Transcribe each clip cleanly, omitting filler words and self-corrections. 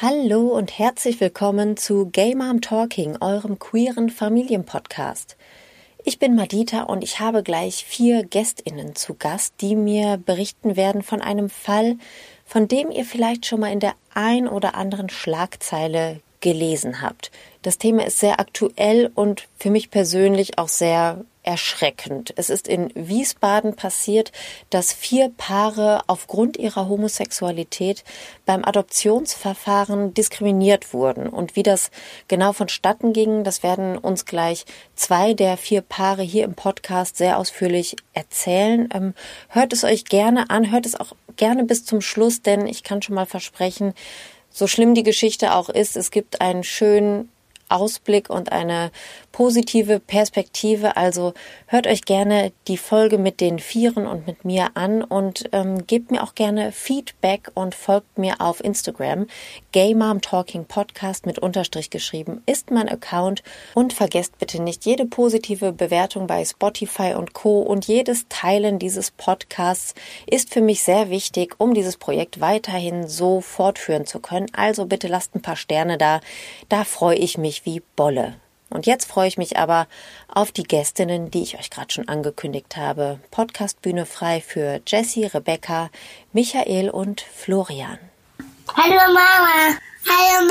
Hallo und herzlich willkommen zu Gay Mom Talking, eurem queeren Familienpodcast. Ich bin Madita und ich habe gleich 4 GästInnen zu Gast, die mir berichten werden von einem Fall, von dem ihr vielleicht schon mal in der ein oder anderen Schlagzeile gelesen habt. Das Thema ist sehr aktuell und für mich persönlich auch sehr erschreckend. Es ist in Wiesbaden passiert, dass 4 Paare aufgrund ihrer Homosexualität beim Adoptionsverfahren diskriminiert wurden. Und wie das genau vonstatten ging, das werden uns gleich 2 der 4 Paare hier im Podcast sehr ausführlich erzählen. Hört es euch gerne an, hört es auch gerne bis zum Schluss, denn ich kann schon mal versprechen, so schlimm die Geschichte auch ist, es gibt einen schönen Ausblick und eine positive Perspektive. Also hört euch gerne die Folge mit den Vieren und mit mir an und gebt mir auch gerne Feedback und folgt mir auf Instagram. Gay Mom Talking Podcast mit Unterstrich geschrieben ist mein Account. Und vergesst bitte nicht, jede positive Bewertung bei Spotify und Co. und jedes Teilen dieses Podcasts ist für mich sehr wichtig, um dieses Projekt weiterhin so fortführen zu können. Also bitte lasst ein paar Sterne da. Da freue ich mich wie Bolle. Und jetzt freue ich mich aber auf die Gästinnen, die ich euch gerade schon angekündigt habe. Podcastbühne frei für Jessie, Rebecca, Michael und Florian. Hallo Mama. Hallo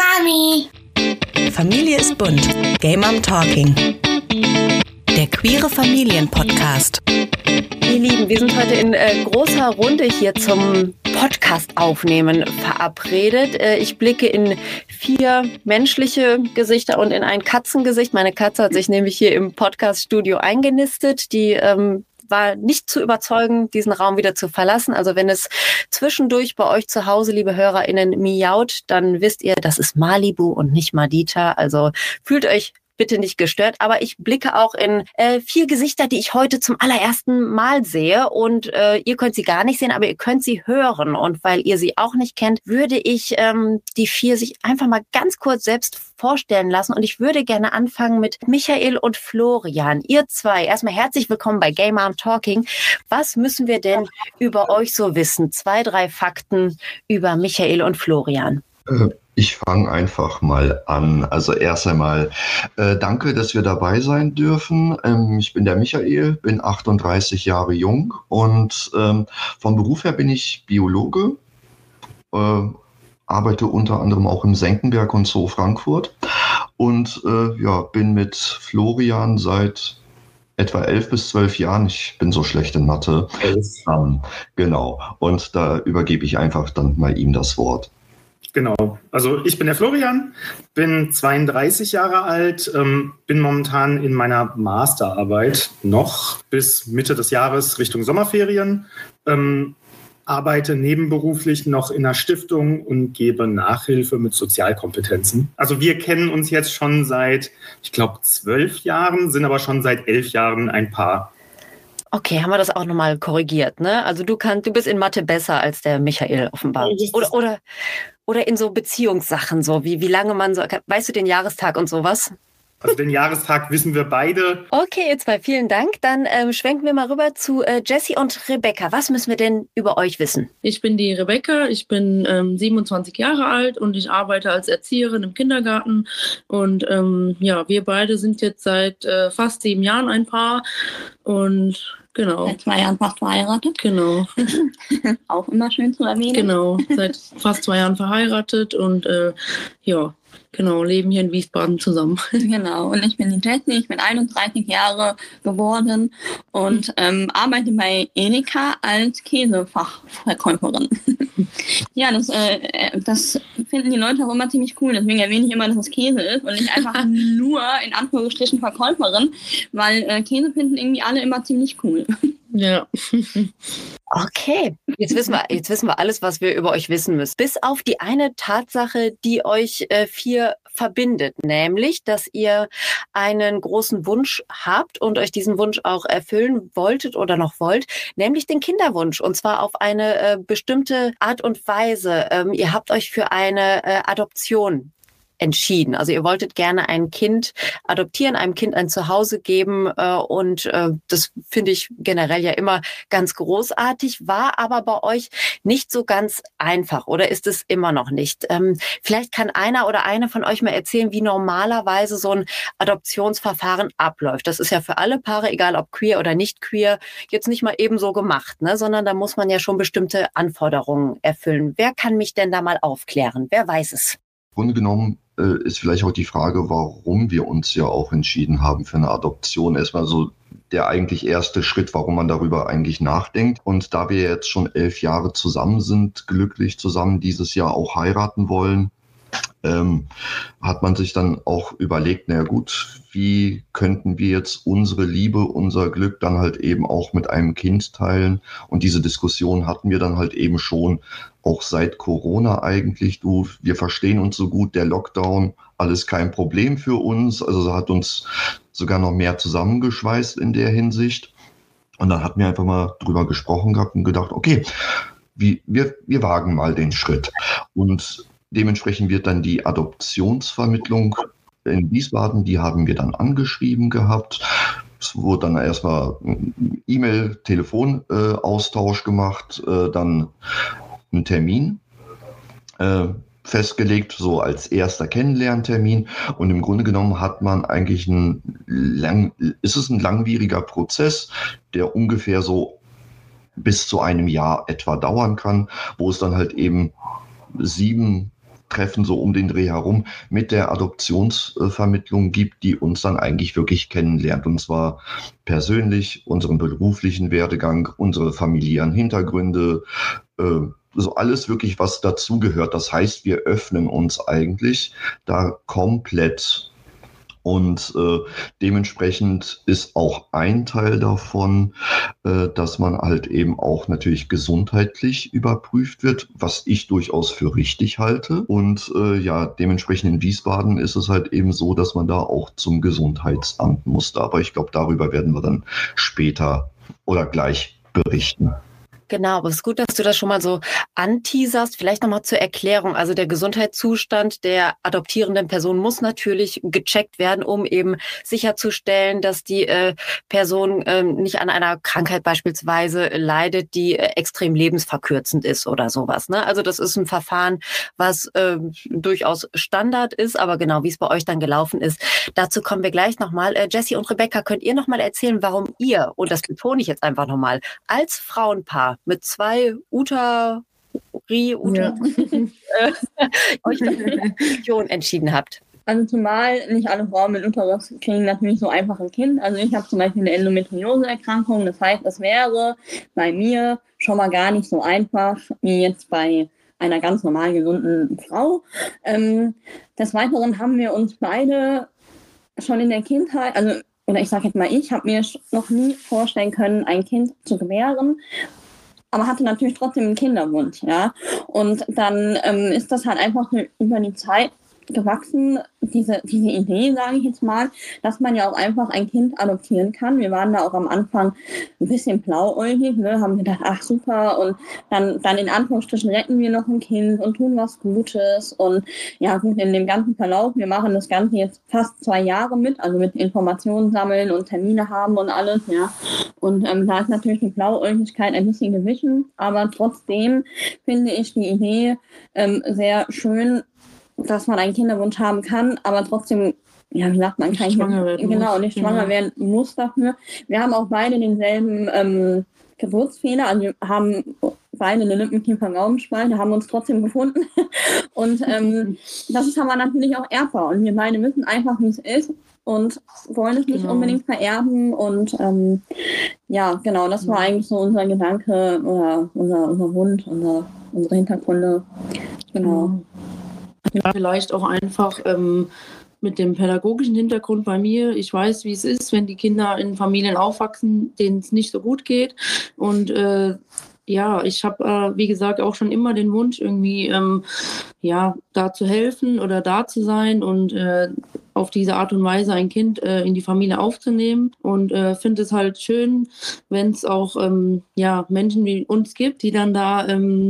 Mami. Familie ist bunt. Gay Mom Talking. Der queere Familienpodcast. Ihr Lieben, wir sind heute in großer Runde hier zum Podcast aufnehmen verabredet. Ich blicke in 4 menschliche Gesichter und in ein Katzengesicht. Meine Katze hat sich nämlich hier im Podcaststudio eingenistet. Die war nicht zu überzeugen, diesen Raum wieder zu verlassen. Also wenn es zwischendurch bei euch zu Hause, liebe HörerInnen, miaut, dann wisst ihr, das ist Malibu und nicht Madita. Also fühlt euch bitte nicht gestört, aber ich blicke auch in 4 Gesichter, die ich heute zum allerersten Mal sehe und ihr könnt sie gar nicht sehen, aber ihr könnt sie hören und weil ihr sie auch nicht kennt, würde ich die 4 sich einfach mal ganz kurz selbst vorstellen lassen und ich würde gerne anfangen mit Michael und Florian. Ihr 2, erstmal herzlich willkommen bei Gay Mom Talking. Was müssen wir denn über euch so wissen? 2, 3 Fakten über Michael und Florian. Ich fange einfach mal an. Also erst einmal danke, dass wir dabei sein dürfen. Ich bin der Michael, bin 38 Jahre jung und vom Beruf her bin ich Biologe, arbeite unter anderem auch im Senckenberg und Zoo Frankfurt und bin mit Florian seit etwa 11 bis 12 Jahren. Ich bin so schlecht in Mathe. Genau. Und da übergebe ich einfach dann mal ihm das Wort. Genau, also ich bin der Florian, bin 32 Jahre alt, bin momentan in meiner Masterarbeit noch bis Mitte des Jahres Richtung Sommerferien, arbeite nebenberuflich noch in einer Stiftung und gebe Nachhilfe mit Sozialkompetenzen. Also wir kennen uns jetzt schon seit, ich glaube, 12 Jahren, sind aber schon seit 11 Jahren ein Paar. Okay, haben wir das auch nochmal korrigiert, ne? Also du bist in Mathe besser als der Michael offenbar. Oder in so Beziehungssachen, so wie lange man so, weißt du den Jahrestag und sowas? Also den Jahrestag wissen wir beide. Okay, ihr 2, vielen Dank. Dann schwenken wir mal rüber zu Jessie und Rebecca. Was müssen wir denn über euch wissen? Ich bin die Rebecca, ich bin 27 Jahre alt und ich arbeite als Erzieherin im Kindergarten. Und wir beide sind jetzt seit fast 7 Jahren ein Paar und genau. Seit 2 Jahren fast verheiratet. Genau. Auch immer schön zu erwähnen. Genau, seit fast 2 Jahren verheiratet und leben hier in Wiesbaden zusammen. Genau, und ich bin die Jessie, ich bin 31 Jahre geworden und arbeite bei Edeka als Käsefachverkäuferin. Ja, das finden die Leute auch immer ziemlich cool, deswegen erwähne ich immer, dass es Käse ist und nicht einfach nur in Anführungsstrichen Verkäuferin, weil Käse finden irgendwie alle immer ziemlich cool. Ja. Okay, jetzt wissen wir alles, was wir über euch wissen müssen. Bis auf die eine Tatsache, die euch 4 verbindet, nämlich, dass ihr einen großen Wunsch habt und euch diesen Wunsch auch erfüllen wolltet oder noch wollt, nämlich den Kinderwunsch und zwar auf eine bestimmte Art und Weise. Ihr habt euch für eine Adoption entschieden? Also ihr wolltet gerne ein Kind adoptieren, einem Kind ein Zuhause geben und das finde ich generell ja immer ganz großartig, war aber bei euch nicht so ganz einfach oder ist es immer noch nicht? Vielleicht kann einer oder eine von euch mal erzählen, wie normalerweise so ein Adoptionsverfahren abläuft. Das ist ja für alle Paare, egal ob queer oder nicht queer, jetzt nicht mal ebenso gemacht, ne? Sondern da muss man ja schon bestimmte Anforderungen erfüllen. Wer kann mich denn da mal aufklären? Wer weiß es? Im Grunde genommen ist vielleicht auch die Frage, warum wir uns ja auch entschieden haben für eine Adoption. Erstmal so der eigentlich erste Schritt, warum man darüber eigentlich nachdenkt. Und da wir jetzt schon 11 Jahre zusammen sind, glücklich zusammen dieses Jahr auch heiraten wollen, hat man sich dann auch überlegt, na gut, wie könnten wir jetzt unsere Liebe, unser Glück dann halt eben auch mit einem Kind teilen? Und diese Diskussion hatten wir dann halt eben schon auch seit Corona eigentlich. Wir verstehen uns so gut, der Lockdown, alles kein Problem für uns. Also hat uns sogar noch mehr zusammengeschweißt in der Hinsicht. Und dann hatten wir einfach mal drüber gesprochen gehabt und gedacht, okay, wir wagen mal den Schritt. Und dementsprechend wird dann die Adoptionsvermittlung in Wiesbaden, die haben wir dann angeschrieben gehabt. Es wurde dann erstmal E-Mail, Telefonaustausch gemacht, dann ein Termin festgelegt, so als erster Kennenlerntermin. Und im Grunde genommen hat man eigentlich ist es ein langwieriger Prozess, der ungefähr so bis zu einem Jahr etwa dauern kann, wo es dann halt eben 7 Treffen so um den Dreh herum mit der Adoptionsvermittlung gibt, die uns dann eigentlich wirklich kennenlernt. Und zwar persönlich, unseren beruflichen Werdegang, unsere familiären Hintergründe, so alles wirklich, was dazugehört. Das heißt, wir öffnen uns eigentlich da komplett. Und dementsprechend ist auch ein Teil davon, dass man halt eben auch natürlich gesundheitlich überprüft wird, was ich durchaus für richtig halte. Und ja, dementsprechend in Wiesbaden ist es halt eben so, dass man da auch zum Gesundheitsamt musste. Aber ich glaube, darüber werden wir dann später oder gleich berichten. Genau, aber es ist gut, dass du das schon mal so anteaserst. Vielleicht nochmal zur Erklärung. Also der Gesundheitszustand der adoptierenden Person muss natürlich gecheckt werden, um eben sicherzustellen, dass die Person nicht an einer Krankheit beispielsweise leidet, die extrem lebensverkürzend ist oder sowas, ne? Also das ist ein Verfahren, was durchaus Standard ist, aber genau, wie es bei euch dann gelaufen ist, dazu kommen wir gleich nochmal. Jessie und Rebecca, könnt ihr nochmal erzählen, warum ihr, und das betone ich jetzt einfach nochmal, als Frauenpaar mit 2 euch für die Adoption entschieden habt? Also zumal nicht alle Frauen mit Uterus kriegen natürlich so einfach ein Kind. Also ich habe zum Beispiel eine Endometriose-Erkrankung. Das heißt, es wäre bei mir schon mal gar nicht so einfach wie jetzt bei einer ganz normal gesunden Frau. Des Weiteren haben wir uns beide schon in der Kindheit, oder ich sage jetzt mal, ich habe mir noch nie vorstellen können, ein Kind zu gebären, aber hatte natürlich trotzdem einen Kinderwunsch, ja. Und dann ist das halt einfach über die Zeit gewachsen, diese Idee, sage ich jetzt mal, dass man ja auch einfach ein Kind adoptieren kann. Wir waren da auch am Anfang ein bisschen blauäugig, ne, haben gedacht, ach super, und dann in Anführungsstrichen retten wir noch ein Kind und tun was Gutes. Und ja gut, in dem ganzen Verlauf, wir machen das Ganze jetzt fast 2 Jahre mit, also mit Informationen sammeln und Termine haben und alles, ja. Und da ist natürlich die Blauäugigkeit ein bisschen gewichen, aber trotzdem finde ich die Idee sehr schön, dass man einen Kinderwunsch haben kann, aber trotzdem, ja, wie sagt man, kein schwanger werden genau, muss. nicht schwanger werden muss dafür. Wir haben auch beide denselben Geburtsfehler, also wir haben beide eine Lippenkiefer-Gaumenspalte, haben uns trotzdem gefunden. Und das ist aber natürlich auch erbbar. Und wir beide wissen einfach, wie es ist und wollen es nicht unbedingt vererben. Und ja, genau, das war eigentlich so unser Gedanke oder unser Wunsch, unsere Hintergründe. Genau. Ja, vielleicht auch einfach mit dem pädagogischen Hintergrund bei mir. Ich weiß, wie es ist, wenn die Kinder in Familien aufwachsen, denen es nicht so gut geht. Und Ja, ich habe, wie gesagt, auch schon immer den Wunsch, irgendwie da zu helfen oder da zu sein und auf diese Art und Weise ein Kind in die Familie aufzunehmen. Und finde es halt schön, wenn es auch Menschen wie uns gibt, die dann da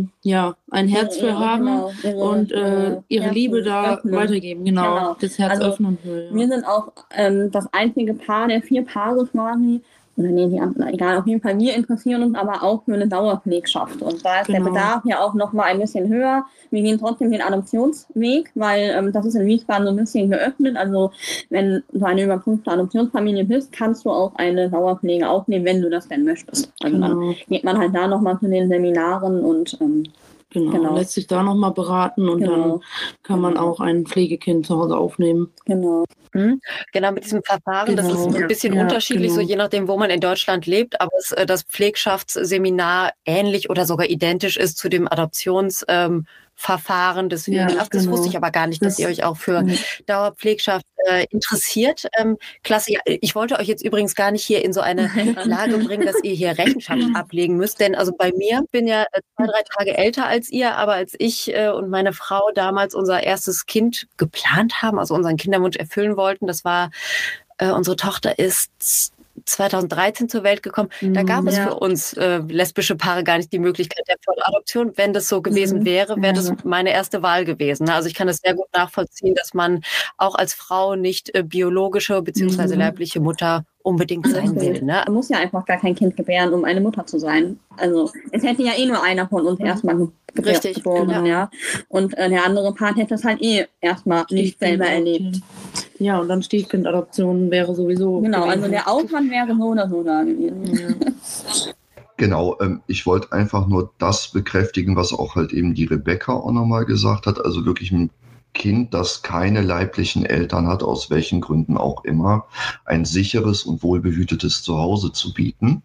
ein Herz für haben und ihre Liebe da weitergeben. Genau, das Herz öffnen will. Wir sind auch das einzige Paar der 4 Paare quasi, oder nee, die anderen, egal, auf jeden Fall, wir interessieren uns aber auch für eine Dauerpflegschaft. Und da ist der Bedarf ja auch noch mal ein bisschen höher. Wir gehen trotzdem den Adoptionsweg, weil das ist in Wiesbaden so ein bisschen geöffnet. Also wenn du eine überprüfte Adoptionsfamilie bist, kannst du auch eine Dauerpflege aufnehmen, wenn du das denn möchtest. Also dann geht man halt da noch mal zu den Seminaren und Genau, lässt sich da nochmal beraten und dann kann man auch ein Pflegekind zu Hause aufnehmen. Genau, mit diesem Verfahren, das ist ein bisschen unterschiedlich, so je nachdem, wo man in Deutschland lebt, aber das Pflegschaftsseminar ähnlich oder sogar identisch ist zu dem Adoptionsverfahren. Deswegen, das wusste ich aber gar nicht, dass ihr euch auch für Dauerpflegschaft interessiert. Klasse. Ja, ich wollte euch jetzt übrigens gar nicht hier in so eine Lage bringen, dass ihr hier Rechenschaft ablegen müsst, denn also bei mir, bin ja 2-3 Tage älter als ihr, aber als ich und meine Frau damals unser erstes Kind geplant haben, also unseren Kinderwunsch erfüllen wollten, das war, unsere Tochter ist 2013 zur Welt gekommen. Da gab es für uns lesbische Paare gar nicht die Möglichkeit der Volladoption. Wenn das so gewesen wäre, wäre das meine erste Wahl gewesen. Also ich kann das sehr gut nachvollziehen, dass man auch als Frau nicht biologische bzw. leibliche Mutter unbedingt sein will. Ne? Man muss ja einfach gar kein Kind gebären, um eine Mutter zu sein. Also es hätte ja nur einer von uns erstmal geboren. Ja. Und der andere Part hätte es halt erstmal nicht selber erlebt. Ja, und dann Stiefkindadoption wäre sowieso... Genau, gewesen. Also der Aufwand wäre so oder so da gewesen. Ja. Genau, ich wollte einfach nur das bekräftigen, was auch halt eben die Rebecca auch nochmal gesagt hat. Also wirklich ein Kind, das keine leiblichen Eltern hat, aus welchen Gründen auch immer, ein sicheres und wohlbehütetes Zuhause zu bieten.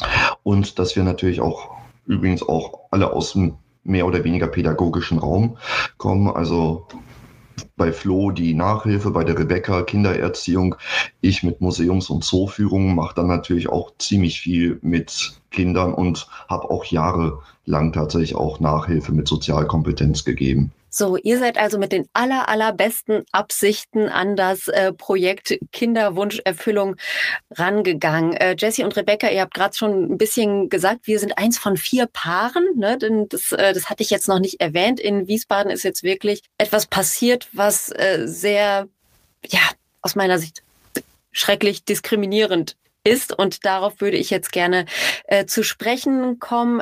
Und dass wir natürlich auch übrigens auch alle aus dem mehr oder weniger pädagogischen Raum kommen. Also bei Flo die Nachhilfe, bei der Rebecca Kindererziehung, ich mit Museums- und Zooführungen mache dann natürlich auch ziemlich viel mit Kindern und habe auch jahrelang tatsächlich auch Nachhilfe mit Sozialkompetenz gegeben. So, ihr seid also mit den allerbesten Absichten an das Projekt Kinderwunscherfüllung rangegangen. Jessie und Rebecca, ihr habt gerade schon ein bisschen gesagt, wir sind eins von 4 Paaren. Ne? Denn das hatte ich jetzt noch nicht erwähnt. In Wiesbaden ist jetzt wirklich etwas passiert, was sehr, aus meiner Sicht schrecklich diskriminierend ist, und darauf würde ich jetzt gerne zu sprechen kommen.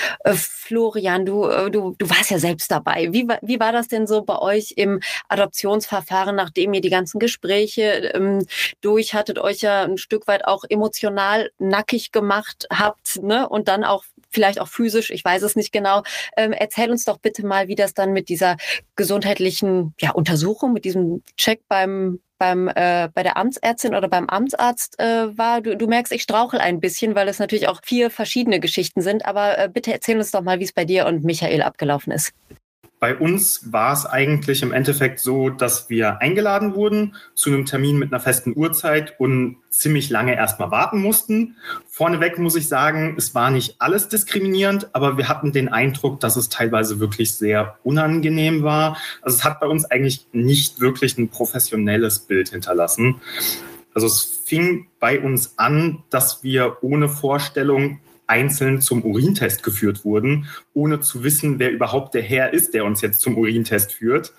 Florian, du warst ja selbst dabei. Wie war das denn so bei euch im Adoptionsverfahren, nachdem ihr die ganzen Gespräche durch hattet, euch ja ein Stück weit auch emotional nackig gemacht habt, ne? Und dann auch vielleicht auch physisch, ich weiß es nicht genau. Erzähl uns doch bitte mal, wie das dann mit dieser gesundheitlichen Untersuchung, mit diesem Check bei der Amtsärztin oder beim Amtsarzt war. Du merkst, ich strauchel ein bisschen, weil es natürlich auch 4 verschiedene Geschichten sind. Aber bitte erzähl uns doch mal, wie es bei dir und Michael abgelaufen ist. Bei uns war es eigentlich im Endeffekt so, dass wir eingeladen wurden zu einem Termin mit einer festen Uhrzeit und ziemlich lange erstmal warten mussten. Vorneweg muss ich sagen, es war nicht alles diskriminierend, aber wir hatten den Eindruck, dass es teilweise wirklich sehr unangenehm war. Also es hat bei uns eigentlich nicht wirklich ein professionelles Bild hinterlassen. Also es fing bei uns an, dass wir ohne Vorstellung einzeln zum Urintest geführt wurden, ohne zu wissen, wer überhaupt der Herr ist, der uns jetzt zum Urintest führt.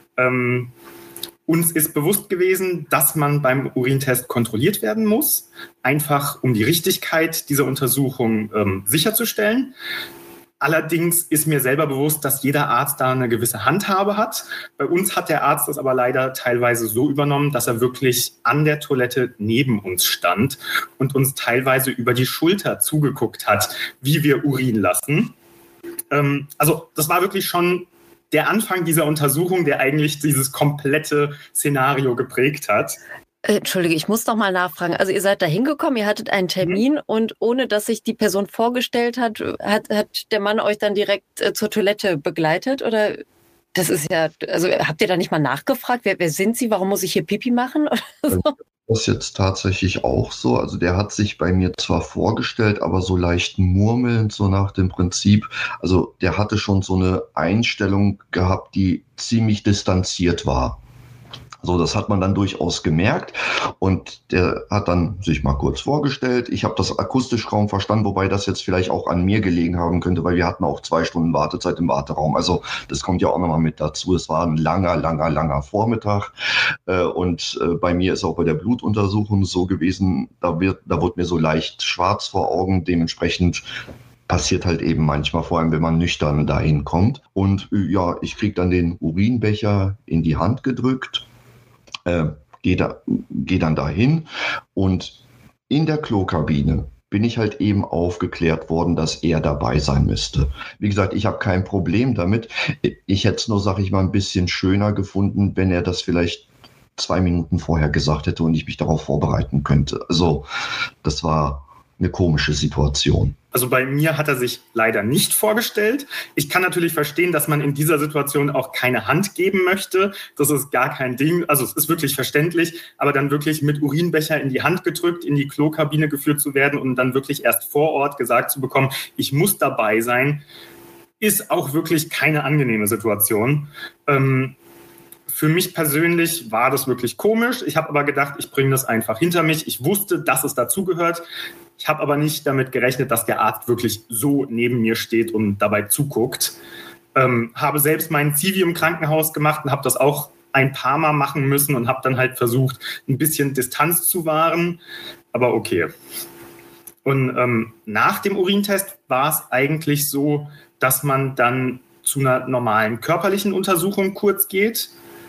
Uns ist bewusst gewesen, dass man beim Urintest kontrolliert werden muss, einfach um die Richtigkeit dieser Untersuchung sicherzustellen. Allerdings ist mir selber bewusst, dass jeder Arzt da eine gewisse Handhabe hat. Bei uns hat der Arzt das aber leider teilweise so übernommen, dass er wirklich an der Toilette neben uns stand und uns teilweise über die Schulter zugeguckt hat, wie wir Urin lassen. Also das war wirklich schon der Anfang dieser Untersuchung, der eigentlich dieses komplette Szenario geprägt hat. Entschuldige, ich muss doch mal nachfragen. Also ihr seid da hingekommen, ihr hattet einen Termin und ohne, dass sich die Person vorgestellt hat, hat der Mann euch dann direkt zur Toilette begleitet? Oder das ist ja, also habt ihr da nicht mal nachgefragt, wer sind Sie, warum muss ich hier Pipi machen? Oder so? das jetzt tatsächlich auch so. Also der hat sich bei mir zwar vorgestellt, aber so leicht murmelnd, so nach dem Prinzip. Also der hatte schon so eine Einstellung gehabt, die ziemlich distanziert war. So, das hat man dann durchaus gemerkt und der hat dann sich mal kurz vorgestellt. Ich habe das akustisch kaum verstanden, wobei das jetzt vielleicht auch an mir gelegen haben könnte, weil wir hatten auch 2 Stunden Wartezeit im Warteraum. Also das kommt ja auch nochmal mit dazu. Es war ein langer Vormittag und bei mir ist auch bei der Blutuntersuchung so gewesen, da wurde mir so leicht schwarz vor Augen, dementsprechend passiert halt eben manchmal, vor allem wenn man nüchtern dahin kommt. Und ja, ich kriege dann den Urinbecher in die Hand gedrückt. Gehe dann dahin und in der Klokabine bin ich halt eben aufgeklärt worden, dass er dabei sein müsste. Wie gesagt, ich habe kein Problem damit. Ich hätte es nur, sag ich mal, ein bisschen schöner gefunden, wenn er das vielleicht 2 Minuten vorher gesagt hätte und ich mich darauf vorbereiten könnte. Also das war eine komische Situation. Also bei mir hat er sich leider nicht vorgestellt. Ich kann natürlich verstehen, dass man in dieser Situation auch keine Hand geben möchte. Das ist gar kein Ding. Also es ist wirklich verständlich. Aber dann wirklich mit Urinbecher in die Hand gedrückt, in die Klokabine geführt zu werden und dann wirklich erst vor Ort gesagt zu bekommen, ich muss dabei sein, ist auch wirklich keine angenehme Situation. Für mich persönlich war das wirklich komisch. Ich habe aber gedacht, ich bringe das einfach hinter mich. Ich wusste, dass es dazugehört. Ich habe aber nicht damit gerechnet, dass der Arzt wirklich so neben mir steht und dabei zuguckt. Habe selbst meinen Zivi im Krankenhaus gemacht und habe das auch ein paar Mal machen müssen und habe dann halt versucht, ein bisschen Distanz zu wahren. Aber okay. Und nach dem Urintest war es eigentlich so, dass man dann zu einer normalen körperlichen Untersuchung kurz geht.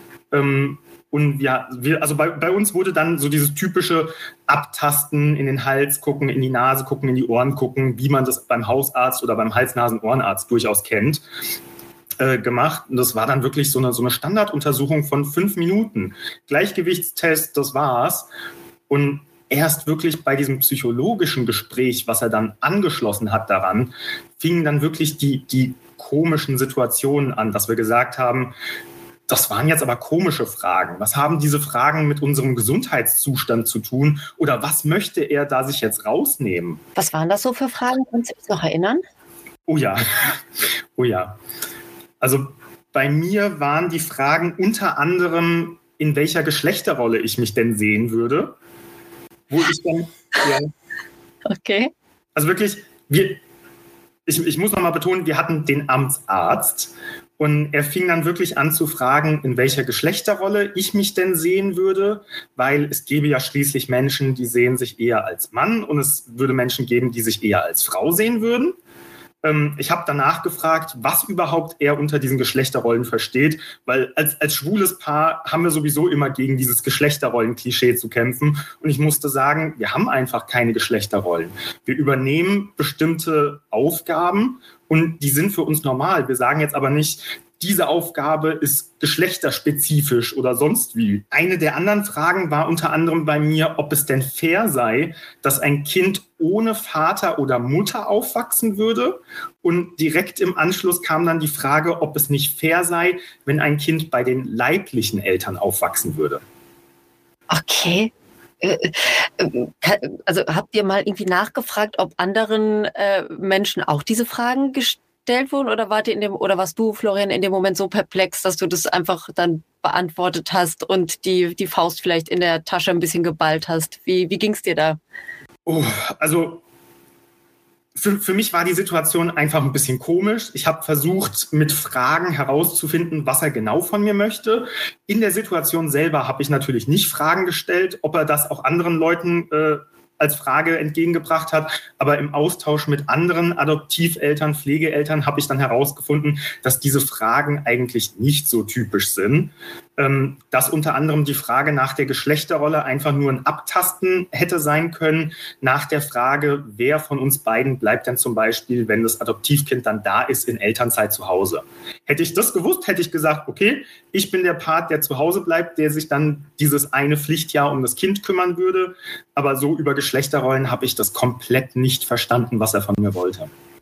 Und ja, also bei uns wurde dann so dieses typische Abtasten, in den Hals gucken, in die Nase gucken, in die Ohren gucken, wie man das beim Hausarzt oder beim Hals-Nasen-Ohrenarzt durchaus kennt, gemacht. Und das war dann wirklich so eine Standarduntersuchung von 5 Minuten. Gleichgewichtstest, das war's. Und erst wirklich bei diesem psychologischen Gespräch, was er dann angeschlossen hat daran, fingen dann wirklich die komischen Situationen an, dass wir gesagt haben, das waren jetzt aber komische Fragen. Was haben diese Fragen mit unserem Gesundheitszustand zu tun? Oder was möchte er da sich jetzt rausnehmen? Was waren das so für Fragen? Kannst du dich noch erinnern? Oh ja. Also bei mir waren die Fragen unter anderem, in welcher Geschlechterrolle ich mich denn sehen würde. Wo ich dann, ja. Okay. Also wirklich, ich muss nochmal betonen, wir hatten den Amtsarzt. Und er fing dann wirklich an zu fragen, in welcher Geschlechterrolle ich mich denn sehen würde, weil es gäbe ja schließlich Menschen, die sehen sich eher als Mann und es würde Menschen geben, die sich eher als Frau sehen würden. Ich habe danach gefragt, was überhaupt er unter diesen Geschlechterrollen versteht, weil als schwules Paar haben wir sowieso immer gegen dieses Geschlechterrollen-Klischee zu kämpfen. Und ich musste sagen, wir haben einfach keine Geschlechterrollen. Wir übernehmen bestimmte Aufgaben und die sind für uns normal. Wir sagen jetzt aber nicht, diese Aufgabe ist geschlechterspezifisch oder sonst wie. Eine der anderen Fragen war unter anderem bei mir, ob es denn fair sei, dass ein Kind ohne Vater oder Mutter aufwachsen würde. Und direkt im Anschluss kam dann die Frage, ob es nicht fair sei, wenn ein Kind bei den leiblichen Eltern aufwachsen würde. Okay. Also habt ihr mal irgendwie nachgefragt, ob anderen Menschen auch diese Fragen gestellt wurden, oder warst du, Florian, in dem Moment so perplex, dass du das einfach dann beantwortet hast und die Faust vielleicht in der Tasche ein bisschen geballt hast? Wie ging es dir da? Oh, also für mich war die Situation einfach ein bisschen komisch. Ich habe versucht, mit Fragen herauszufinden, was er genau von mir möchte. In der Situation selber habe ich natürlich nicht Fragen gestellt, ob er das auch anderen Leuten als Frage entgegengebracht hat. Aber im Austausch mit anderen Adoptiveltern, Pflegeeltern habe ich dann herausgefunden, dass diese Fragen eigentlich nicht so typisch sind. Dass unter anderem die Frage nach der Geschlechterrolle einfach nur ein Abtasten hätte sein können, nach der Frage, wer von uns beiden bleibt denn zum Beispiel, wenn das Adoptivkind dann da ist, in Elternzeit zu Hause. Hätte ich das gewusst, hätte ich gesagt, okay, ich bin der Part, der zu Hause bleibt, der sich dann dieses eine Pflichtjahr um das Kind kümmern würde. Aber so über Geschlechterrollen habe ich das komplett nicht verstanden, was er von mir wollte.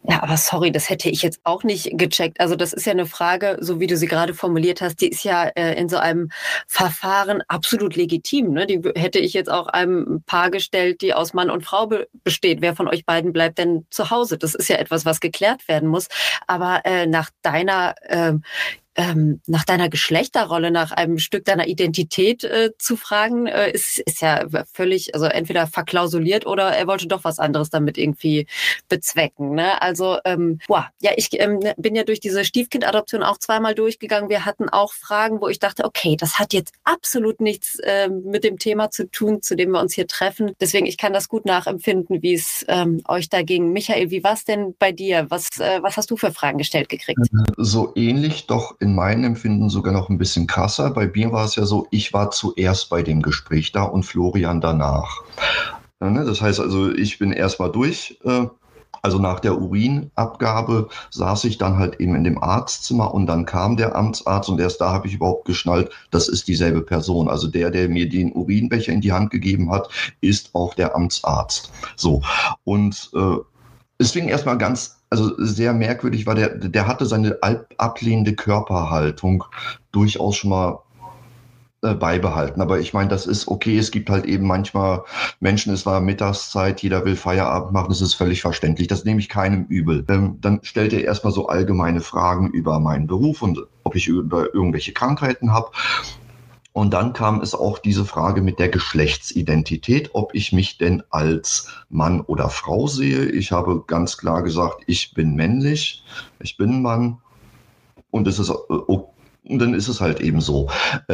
Ja, aber sorry, das hätte ich jetzt auch nicht gecheckt. Also das ist ja eine Frage, so wie du sie gerade formuliert hast, die ist ja in so einem Verfahren absolut legitim. Ne? Die hätte ich jetzt auch einem Paar gestellt, die aus Mann und Frau besteht. Wer von euch beiden bleibt denn zu Hause? Das ist ja etwas, was geklärt werden muss. Aber nach deiner Geschlechterrolle, nach einem Stück deiner Identität zu fragen, ist ja völlig, also entweder verklausuliert oder er wollte doch was anderes damit irgendwie bezwecken. Ne? Also, ich bin ja durch diese Stiefkindadoption auch zweimal durchgegangen. Wir hatten auch Fragen, wo ich dachte, okay, das hat jetzt absolut nichts mit dem Thema zu tun, zu dem wir uns hier treffen. Deswegen, ich kann das gut nachempfinden, wie es euch da ging. Michael, wie war es denn bei dir? Was hast du für Fragen gestellt gekriegt? So ähnlich, doch in meinem Empfinden sogar noch ein bisschen krasser. Bei mir war es ja so, ich war zuerst bei dem Gespräch da und Florian danach. Das heißt also, ich bin erst mal durch. Also nach der Urinabgabe saß ich dann halt eben in dem Arztzimmer und dann kam der Amtsarzt und erst da habe ich überhaupt geschnallt, das ist dieselbe Person. Also der mir den Urinbecher in die Hand gegeben hat, ist auch der Amtsarzt. So. Und deswegen erstmal sehr merkwürdig war, der hatte seine ablehnende Körperhaltung durchaus schon mal beibehalten. Aber ich meine, das ist okay. Es gibt halt eben manchmal Menschen, es war Mittagszeit, jeder will Feierabend machen, das ist völlig verständlich. Das nehme ich keinem übel. Dann stellt er erstmal so allgemeine Fragen über meinen Beruf und ob ich irgendwelche Krankheiten habe. Und dann kam es auch diese Frage mit der Geschlechtsidentität, ob ich mich denn als Mann oder Frau sehe. Ich habe ganz klar gesagt, ich bin männlich, ich bin ein Mann und dann ist es halt eben so.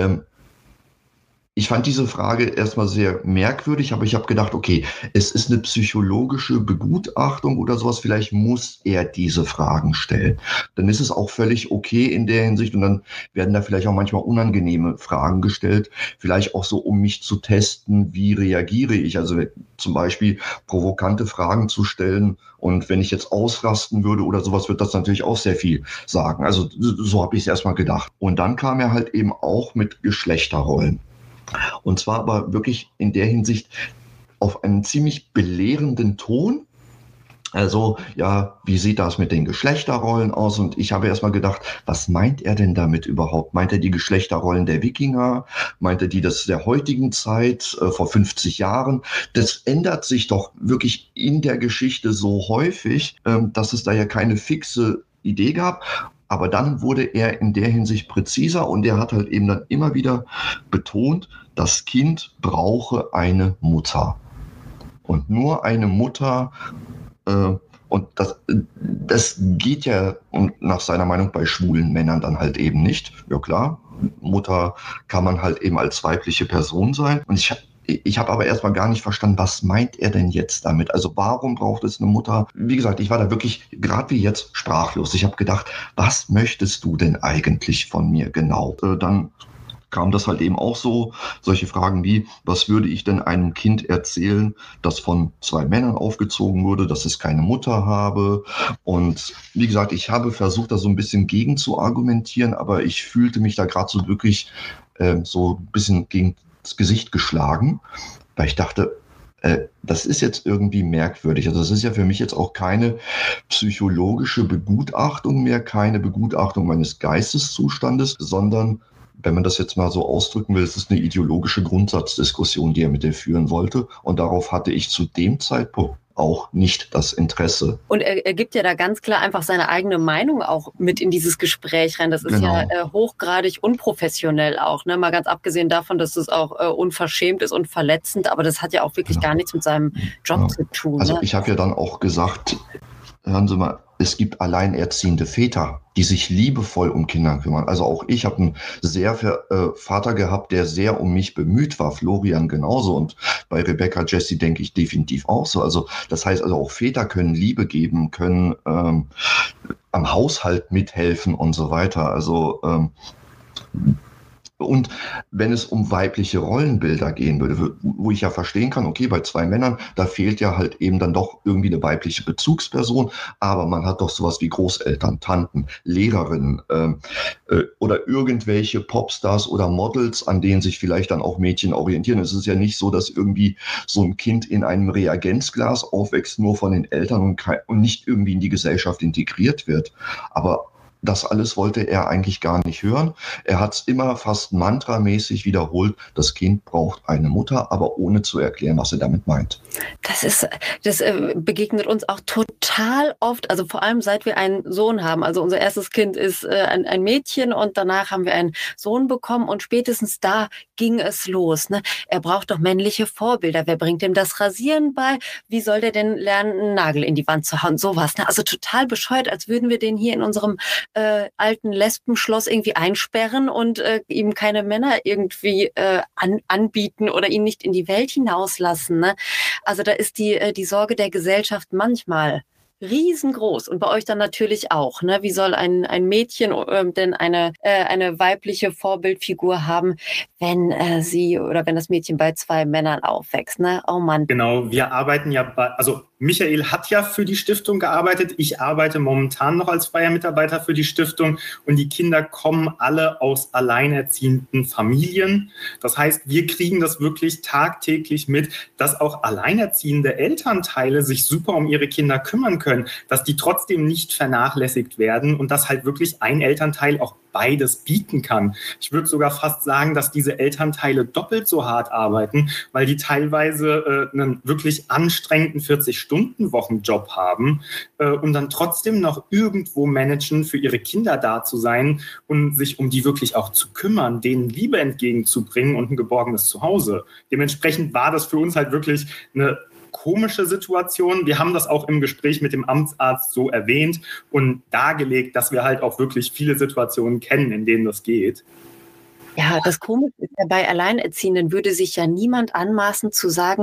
Ich fand diese Frage erstmal sehr merkwürdig, aber ich habe gedacht, okay, es ist eine psychologische Begutachtung oder sowas, vielleicht muss er diese Fragen stellen. Dann ist es auch völlig okay in der Hinsicht und dann werden da vielleicht auch manchmal unangenehme Fragen gestellt, vielleicht auch so, um mich zu testen, wie reagiere ich, also zum Beispiel provokante Fragen zu stellen und wenn ich jetzt ausrasten würde oder sowas, wird das natürlich auch sehr viel sagen. Also so habe ich es erstmal gedacht. Und dann kam er halt eben auch mit Geschlechterrollen. Und zwar aber wirklich in der Hinsicht auf einen ziemlich belehrenden Ton. Also, ja, wie sieht das mit den Geschlechterrollen aus? Und ich habe erstmal gedacht, was meint er denn damit überhaupt? Meint er die Geschlechterrollen der Wikinger? Meint er die der heutigen Zeit, vor 50 Jahren? Das ändert sich doch wirklich in der Geschichte so häufig, dass es da ja keine fixe Idee gab. Aber dann wurde er in der Hinsicht präziser und er hat halt eben dann immer wieder betont, das Kind brauche eine Mutter. Und nur eine Mutter, und das geht ja nach seiner Meinung bei schwulen Männern dann halt eben nicht. Ja klar, Mutter kann man halt eben als weibliche Person sein. Und ich habe aber erstmal gar nicht verstanden, was meint er denn jetzt damit? Also warum braucht es eine Mutter? Wie gesagt, ich war da wirklich, gerade wie jetzt, sprachlos. Ich habe gedacht, was möchtest du denn eigentlich von mir genau? Dann kam das halt eben auch so, solche Fragen wie, was würde ich denn einem Kind erzählen, das von 2 Männern aufgezogen wurde, dass es keine Mutter habe? Und wie gesagt, ich habe versucht, da so ein bisschen gegen zu argumentieren, aber ich fühlte mich da gerade so wirklich so ein bisschen gegen das Gesicht geschlagen, weil ich dachte, das ist jetzt irgendwie merkwürdig. Also das ist ja für mich jetzt auch keine psychologische Begutachtung mehr, keine Begutachtung meines Geisteszustandes, sondern, wenn man das jetzt mal so ausdrücken will, es ist eine ideologische Grundsatzdiskussion, die er mit dir führen wollte. Und darauf hatte ich zu dem Zeitpunkt auch nicht das Interesse. Und er gibt ja da ganz klar einfach seine eigene Meinung auch mit in dieses Gespräch rein. Das ist ja hochgradig unprofessionell auch, ne? Mal ganz abgesehen davon, dass es auch unverschämt ist und verletzend, aber das hat ja auch wirklich gar nichts mit seinem Job zu tun. Also ne? Ich habe ja dann auch gesagt, hören Sie mal, es gibt alleinerziehende Väter, die sich liebevoll um Kinder kümmern. Also auch ich habe einen Vater gehabt, der sehr um mich bemüht war. Florian genauso. Und bei Rebecca, Jessie denke ich definitiv auch so. Also das heißt also auch Väter können Liebe geben, können am Haushalt mithelfen und so weiter. Also und wenn es um weibliche Rollenbilder gehen würde, wo ich ja verstehen kann, okay, bei 2 Männern, da fehlt ja halt eben dann doch irgendwie eine weibliche Bezugsperson, aber man hat doch sowas wie Großeltern, Tanten, Lehrerinnen oder irgendwelche Popstars oder Models, an denen sich vielleicht dann auch Mädchen orientieren. Es ist ja nicht so, dass irgendwie so ein Kind in einem Reagenzglas aufwächst, nur von den Eltern und nicht irgendwie in die Gesellschaft integriert wird. Aber das alles wollte er eigentlich gar nicht hören. Er hat es immer fast mantramäßig wiederholt, das Kind braucht eine Mutter, aber ohne zu erklären, was er damit meint. Das begegnet uns auch total oft, also vor allem seit wir einen Sohn haben. Also unser erstes Kind ist ein Mädchen und danach haben wir einen Sohn bekommen und spätestens da ging es los. Ne? Er braucht doch männliche Vorbilder. Wer bringt ihm das Rasieren bei? Wie soll der denn lernen, einen Nagel in die Wand zu hauen? Sowas. Ne? Also total bescheuert, als würden wir den hier in unserem alten Lesbenschloss irgendwie einsperren und ihm keine Männer irgendwie anbieten oder ihn nicht in die Welt hinauslassen. Ne? Also da ist die Sorge der Gesellschaft manchmal riesengroß und bei euch dann natürlich auch. Ne? Wie soll ein Mädchen denn eine weibliche Vorbildfigur haben, wenn wenn das Mädchen bei 2 Männern aufwächst? Ne? Oh Mann. Genau, wir arbeiten ja also Michael hat ja für die Stiftung gearbeitet. Ich arbeite momentan noch als freier Mitarbeiter für die Stiftung und die Kinder kommen alle aus alleinerziehenden Familien. Das heißt, wir kriegen das wirklich tagtäglich mit, dass auch alleinerziehende Elternteile sich super um ihre Kinder kümmern können, dass die trotzdem nicht vernachlässigt werden und dass halt wirklich ein Elternteil auch beides bieten kann. Ich würde sogar fast sagen, dass diese Elternteile doppelt so hart arbeiten, weil die teilweise einen wirklich anstrengenden 40-Stunden-Wochenjob haben und dann trotzdem noch irgendwo managen, für ihre Kinder da zu sein und sich um die wirklich auch zu kümmern, denen Liebe entgegenzubringen und ein geborgenes Zuhause. Dementsprechend war das für uns halt wirklich eine komische Situation. Wir haben das auch im Gespräch mit dem Amtsarzt so erwähnt und dargelegt, dass wir halt auch wirklich viele Situationen kennen, in denen das geht. Ja, das Komische ist ja, bei Alleinerziehenden würde sich ja niemand anmaßen zu sagen,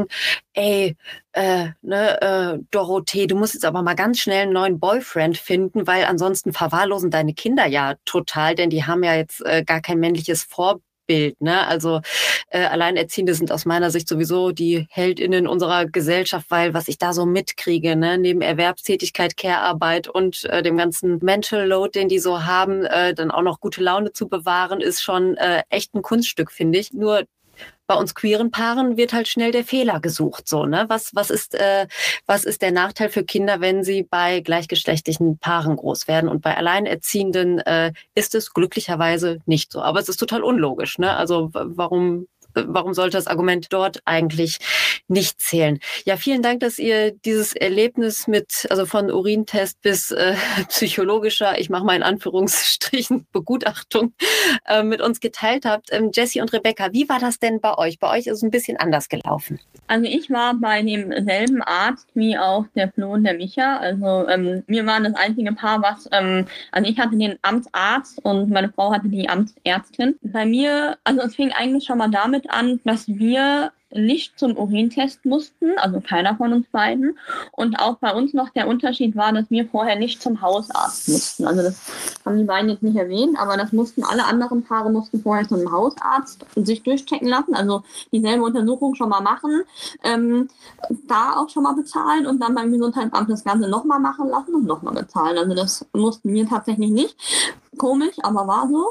Dorothee, du musst jetzt aber mal ganz schnell einen neuen Boyfriend finden, weil ansonsten verwahrlosen deine Kinder ja total, denn die haben ja jetzt gar kein männliches Vorbild. Ne? Also Alleinerziehende sind aus meiner Sicht sowieso die HeldInnen unserer Gesellschaft, weil was ich da so mitkriege, ne? Neben Erwerbstätigkeit, Care-Arbeit und dem ganzen Mental Load, den die so haben, dann auch noch gute Laune zu bewahren, ist schon echt ein Kunststück, finde ich. Nur bei uns queeren Paaren wird halt schnell der Fehler gesucht, so, ne? Was ist der Nachteil für Kinder, wenn sie bei gleichgeschlechtlichen Paaren groß werden? Und bei Alleinerziehenden ist es glücklicherweise nicht so. Aber es ist total unlogisch, ne? Also warum sollte das Argument dort eigentlich nicht zählen? Ja, vielen Dank, dass ihr dieses Erlebnis also von Urintest bis psychologischer, ich mache mal in Anführungsstrichen, Begutachtung mit uns geteilt habt. Jessie und Rebecca, wie war das denn bei euch? Bei euch ist es ein bisschen anders gelaufen. Also ich war bei demselben Arzt wie auch der Flo und der Micha. Also wir waren das einzige Paar, also ich hatte den Amtsarzt und meine Frau hatte die Amtsärztin. Bei mir, also es fing eigentlich schon mal damit an, dass wir nicht zum Urintest mussten, also keiner von uns beiden. Und auch bei uns noch der Unterschied war, dass wir vorher nicht zum Hausarzt mussten. Also das haben die beiden jetzt nicht erwähnt, aber das mussten alle anderen Paare vorher zum Hausarzt und sich durchchecken lassen, also dieselbe Untersuchung schon mal machen, da auch schon mal bezahlen und dann beim Gesundheitsamt das Ganze nochmal machen lassen und nochmal bezahlen. Also das mussten wir tatsächlich nicht. Komisch, aber war so.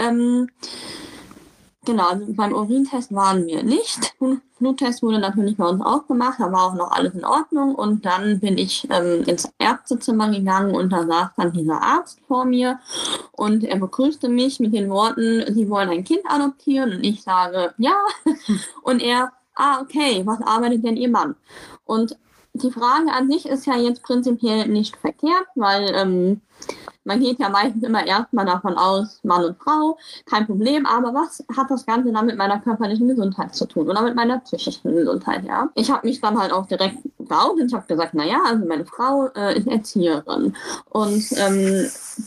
Genau, also beim Urintest waren wir nicht. Bluttest wurde natürlich bei uns auch gemacht, da war auch noch alles in Ordnung und dann bin ich ins Ärztezimmer gegangen und da saß dann dieser Arzt vor mir und er begrüßte mich mit den Worten, Sie wollen ein Kind adoptieren und ich sage, ja und er, okay, was arbeitet denn Ihr Mann? Und die Frage an sich ist ja jetzt prinzipiell nicht verkehrt, weil man geht ja meistens immer erstmal davon aus, Mann und Frau, kein Problem, aber was hat das Ganze dann mit meiner körperlichen Gesundheit zu tun oder mit meiner psychischen Gesundheit, ja? Ich habe mich dann halt auch direkt geoutet, ich habe gesagt, also meine Frau ist Erzieherin und das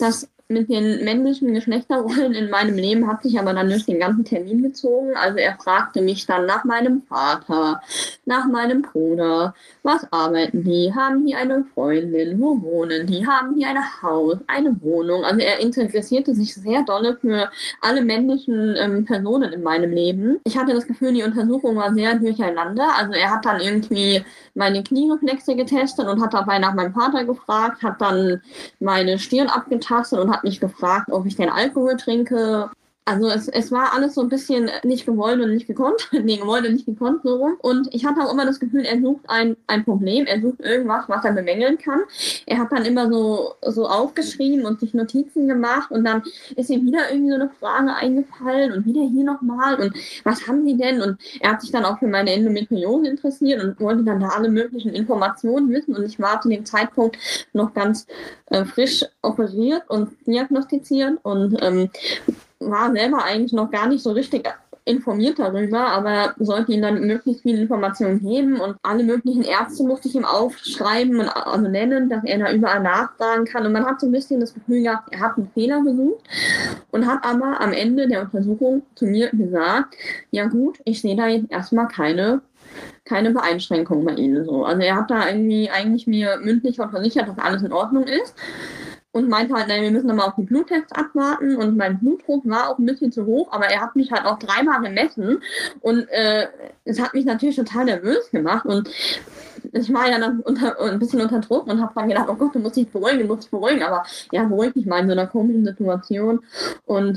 mit den männlichen Geschlechterrollen in meinem Leben hat sich aber dann durch den ganzen Termin gezogen. Also er fragte mich dann nach meinem Vater, nach meinem Bruder, was arbeiten die, haben die eine Freundin, wo wohnen die, haben die ein Haus, eine Wohnung. Also er interessierte sich sehr doll für alle männlichen Personen in meinem Leben. Ich hatte das Gefühl, die Untersuchung war sehr durcheinander. Also er hat dann irgendwie meine Knieflexe getestet und hat dabei nach meinem Vater gefragt, hat dann meine Stirn abgetastet und hat mich gefragt, ob ich den Alkohol trinke. Also es war alles so ein bisschen nicht gewollt und nicht gekonnt. Nee, gewollt und nicht gekonnt, so rum. Und ich hatte auch immer das Gefühl, er sucht ein Problem, er sucht irgendwas, was er bemängeln kann. Er hat dann immer so aufgeschrieben und sich Notizen gemacht und dann ist ihm wieder irgendwie so eine Frage eingefallen und wieder hier nochmal und was haben Sie denn? Und er hat sich dann auch für meine Endometriose interessiert und wollte dann da alle möglichen Informationen wissen und ich war zu dem Zeitpunkt noch ganz frisch operiert und diagnostiziert und war selber eigentlich noch gar nicht so richtig informiert darüber, aber sollte ihm dann möglichst viele Informationen geben und alle möglichen Ärzte musste ich ihm aufschreiben und also nennen, dass er da überall nachfragen kann und man hat so ein bisschen das Gefühl gehabt, er hat einen Fehler gesucht und hat aber am Ende der Untersuchung zu mir gesagt, ja gut, ich sehe da jetzt erstmal keine Beeinschränkung bei Ihnen so. Also er hat da irgendwie eigentlich mir mündlich versichert, dass alles in Ordnung ist. Und meinte halt, nein, wir müssen nochmal auf die Bluttests abwarten. Und mein Blutdruck war auch ein bisschen zu hoch, aber er hat mich halt auch 3-mal gemessen. Und es hat mich natürlich total nervös gemacht. Und ich war ja dann ein bisschen unter Druck und habe dann gedacht, oh Gott, du musst dich beruhigen. Aber ja, beruhigt mich mal in so einer komischen Situation. Und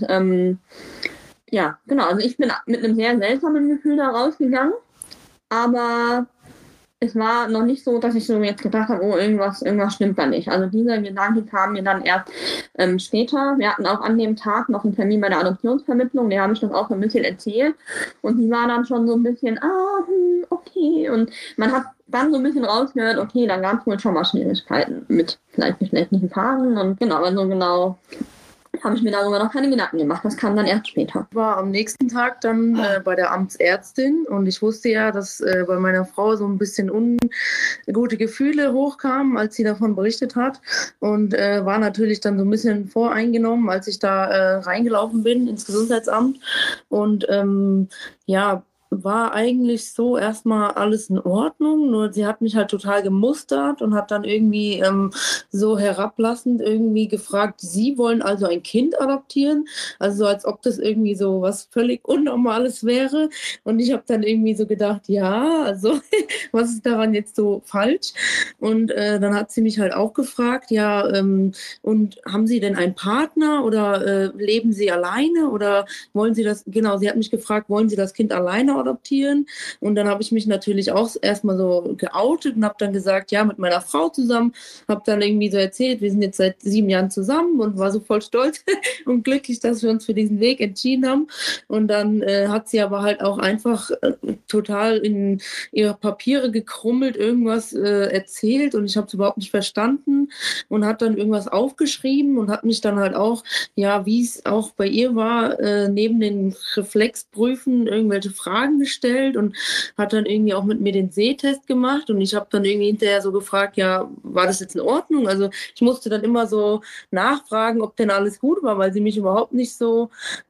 ja, genau, also ich bin mit einem sehr seltsamen Gefühl da rausgegangen. Aber es war noch nicht so, dass ich so jetzt gedacht habe, oh, irgendwas stimmt da nicht. Also dieser Gedanke kam mir dann erst später. Wir hatten auch an dem Tag noch einen Termin bei der Adoptionsvermittlung, der habe ich das auch ein bisschen erzählt. Und die war dann schon so ein bisschen, okay. Und man hat dann so ein bisschen rausgehört, okay, da gab es wohl schon mal Schwierigkeiten mit vielleicht geschlechtlichen Paaren. Und genau, also genau habe ich mir darüber noch keine Gedanken gemacht. Das kam dann erst später. Ich war am nächsten Tag dann bei der Amtsärztin und ich wusste ja, dass bei meiner Frau so ein bisschen ungute Gefühle hochkamen, als sie davon berichtet hat und war natürlich dann so ein bisschen voreingenommen, als ich da reingelaufen bin ins Gesundheitsamt und ja, war eigentlich so erstmal alles in Ordnung, nur sie hat mich halt total gemustert und hat dann irgendwie so herablassend irgendwie gefragt, Sie wollen also ein Kind adoptieren? Also so, als ob das irgendwie so was völlig Unnormales wäre. Und ich habe dann irgendwie so gedacht, ja, also was ist daran jetzt so falsch? Und dann hat sie mich halt auch gefragt, ja, und haben Sie denn einen Partner oder leben Sie alleine oder wollen Sie das, genau, sie hat mich gefragt, wollen Sie das Kind alleine adoptieren? Und dann habe ich mich natürlich auch erstmal so geoutet und habe dann gesagt, ja, mit meiner Frau zusammen, habe dann irgendwie so erzählt, wir sind jetzt seit 7 Jahren zusammen und war so voll stolz und glücklich, dass wir uns für diesen Weg entschieden haben. Und dann hat sie aber halt auch einfach total in ihre Papiere gekrummelt, irgendwas erzählt und ich habe es überhaupt nicht verstanden und hat dann irgendwas aufgeschrieben und hat mich dann halt auch, ja, wie es auch bei ihr war, neben den Reflexprüfen irgendwelche Fragen gestellt und hat dann irgendwie auch mit mir den Sehtest gemacht und ich habe dann irgendwie hinterher so gefragt, ja, war das jetzt in Ordnung? Also ich musste dann immer so nachfragen, ob denn alles gut war, weil sie mich überhaupt nicht so,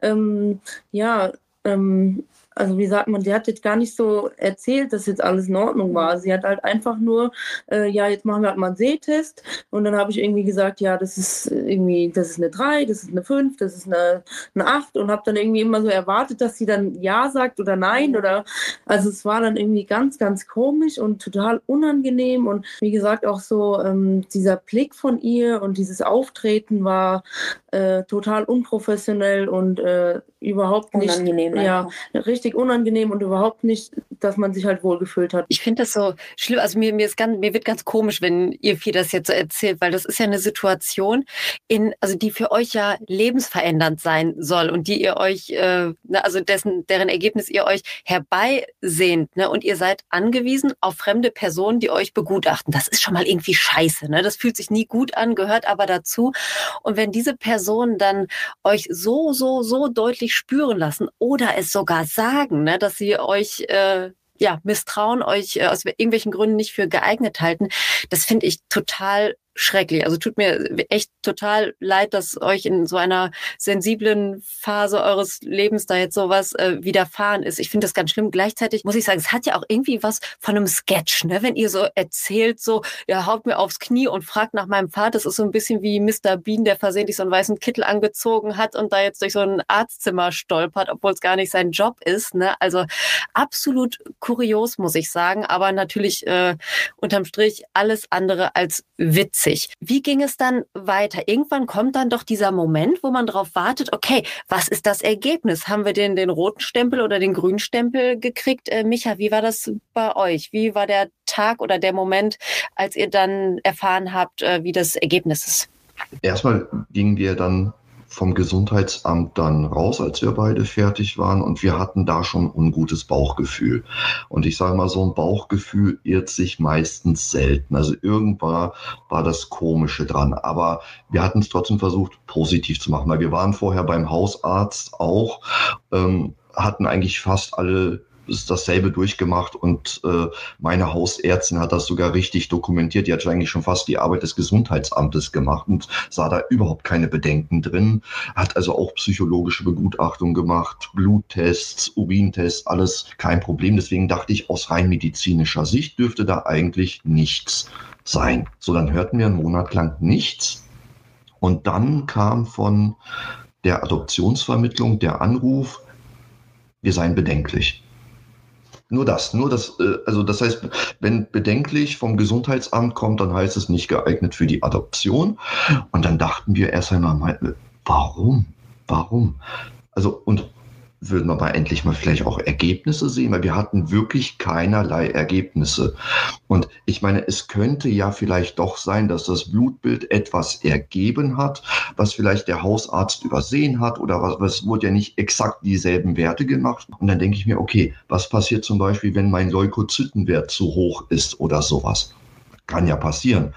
also wie sagt man, die hat jetzt gar nicht so erzählt, dass jetzt alles in Ordnung war. Sie hat halt einfach nur, ja, jetzt machen wir halt mal einen Sehtest. Und dann habe ich irgendwie gesagt, ja, das ist eine 3, das ist eine 5, das ist eine 8 und habe dann irgendwie immer so erwartet, dass sie dann Ja sagt oder Nein oder, also es war dann irgendwie ganz, ganz komisch und total unangenehm und wie gesagt auch so dieser Blick von ihr und dieses Auftreten war total unprofessionell und überhaupt nicht, unangenehm, ja, richtig unangenehm und überhaupt nicht, dass man sich halt wohlgefühlt hat. Ich finde das so schlimm, also mir wird ganz komisch, wenn ihr viel das jetzt so erzählt, weil das ist ja eine Situation, also die für euch ja lebensverändernd sein soll und die ihr euch, also deren Ergebnis ihr euch herbeisehnt, ne? Und ihr seid angewiesen auf fremde Personen, die euch begutachten. Das ist schon mal irgendwie scheiße, ne? Das fühlt sich nie gut an, gehört aber dazu. Und wenn diese Personen dann euch so deutlich spüren lassen oder es sogar sagen, ne, dass sie euch misstrauen, euch aus irgendwelchen Gründen nicht für geeignet halten, das finde ich total schrecklich. Also tut mir echt total leid, dass euch in so einer sensiblen Phase eures Lebens da jetzt sowas widerfahren ist. Ich finde das ganz schlimm. Gleichzeitig muss ich sagen, es hat ja auch irgendwie was von einem Sketch, ne? Wenn ihr so erzählt, so, ja, haut mir aufs Knie und fragt nach meinem Vater. Das ist so ein bisschen wie Mr. Bean, der versehentlich so einen weißen Kittel angezogen hat und da jetzt durch so ein Arztzimmer stolpert, obwohl es gar nicht sein Job ist, ne? Also absolut kurios, muss ich sagen, aber natürlich unterm Strich alles andere als witzig. Wie ging es dann weiter? Irgendwann kommt dann doch dieser Moment, wo man drauf wartet, okay, was ist das Ergebnis? Haben wir den roten Stempel oder den grünen Stempel gekriegt? Micha, wie war das bei euch? Wie war der Tag oder der Moment, als ihr dann erfahren habt, wie das Ergebnis ist? Erstmal gingen wir dann vom Gesundheitsamt dann raus, als wir beide fertig waren, und wir hatten da schon ein ungutes Bauchgefühl. Und ich sage mal, so ein Bauchgefühl irrt sich meistens selten. Also irgendwann war das Komische dran. Aber wir hatten es trotzdem versucht, positiv zu machen, weil wir waren vorher beim Hausarzt auch, hatten eigentlich fast alle dasselbe durchgemacht und meine Hausärztin hat das sogar richtig dokumentiert. Die hat eigentlich schon fast die Arbeit des Gesundheitsamtes gemacht und sah da überhaupt keine Bedenken drin. Hat also auch psychologische Begutachtung gemacht, Bluttests, Urintests, alles kein Problem. Deswegen dachte ich, aus rein medizinischer Sicht dürfte da eigentlich nichts sein. So, dann hörten wir einen Monat lang nichts und dann kam von der Adoptionsvermittlung der Anruf, wir seien bedenklich. Nur das, also das heißt, wenn bedenklich vom Gesundheitsamt kommt, dann heißt es nicht geeignet für die Adoption. Und dann dachten wir erst einmal, warum? Also, und würden wir mal endlich mal vielleicht auch Ergebnisse sehen, weil wir hatten wirklich keinerlei Ergebnisse. Und ich meine, es könnte ja vielleicht doch sein, dass das Blutbild etwas ergeben hat, was vielleicht der Hausarzt übersehen hat oder was wurde ja nicht exakt dieselben Werte gemacht. Und dann denke ich mir, okay, was passiert zum Beispiel, wenn mein Leukozytenwert zu hoch ist oder sowas? Kann ja passieren.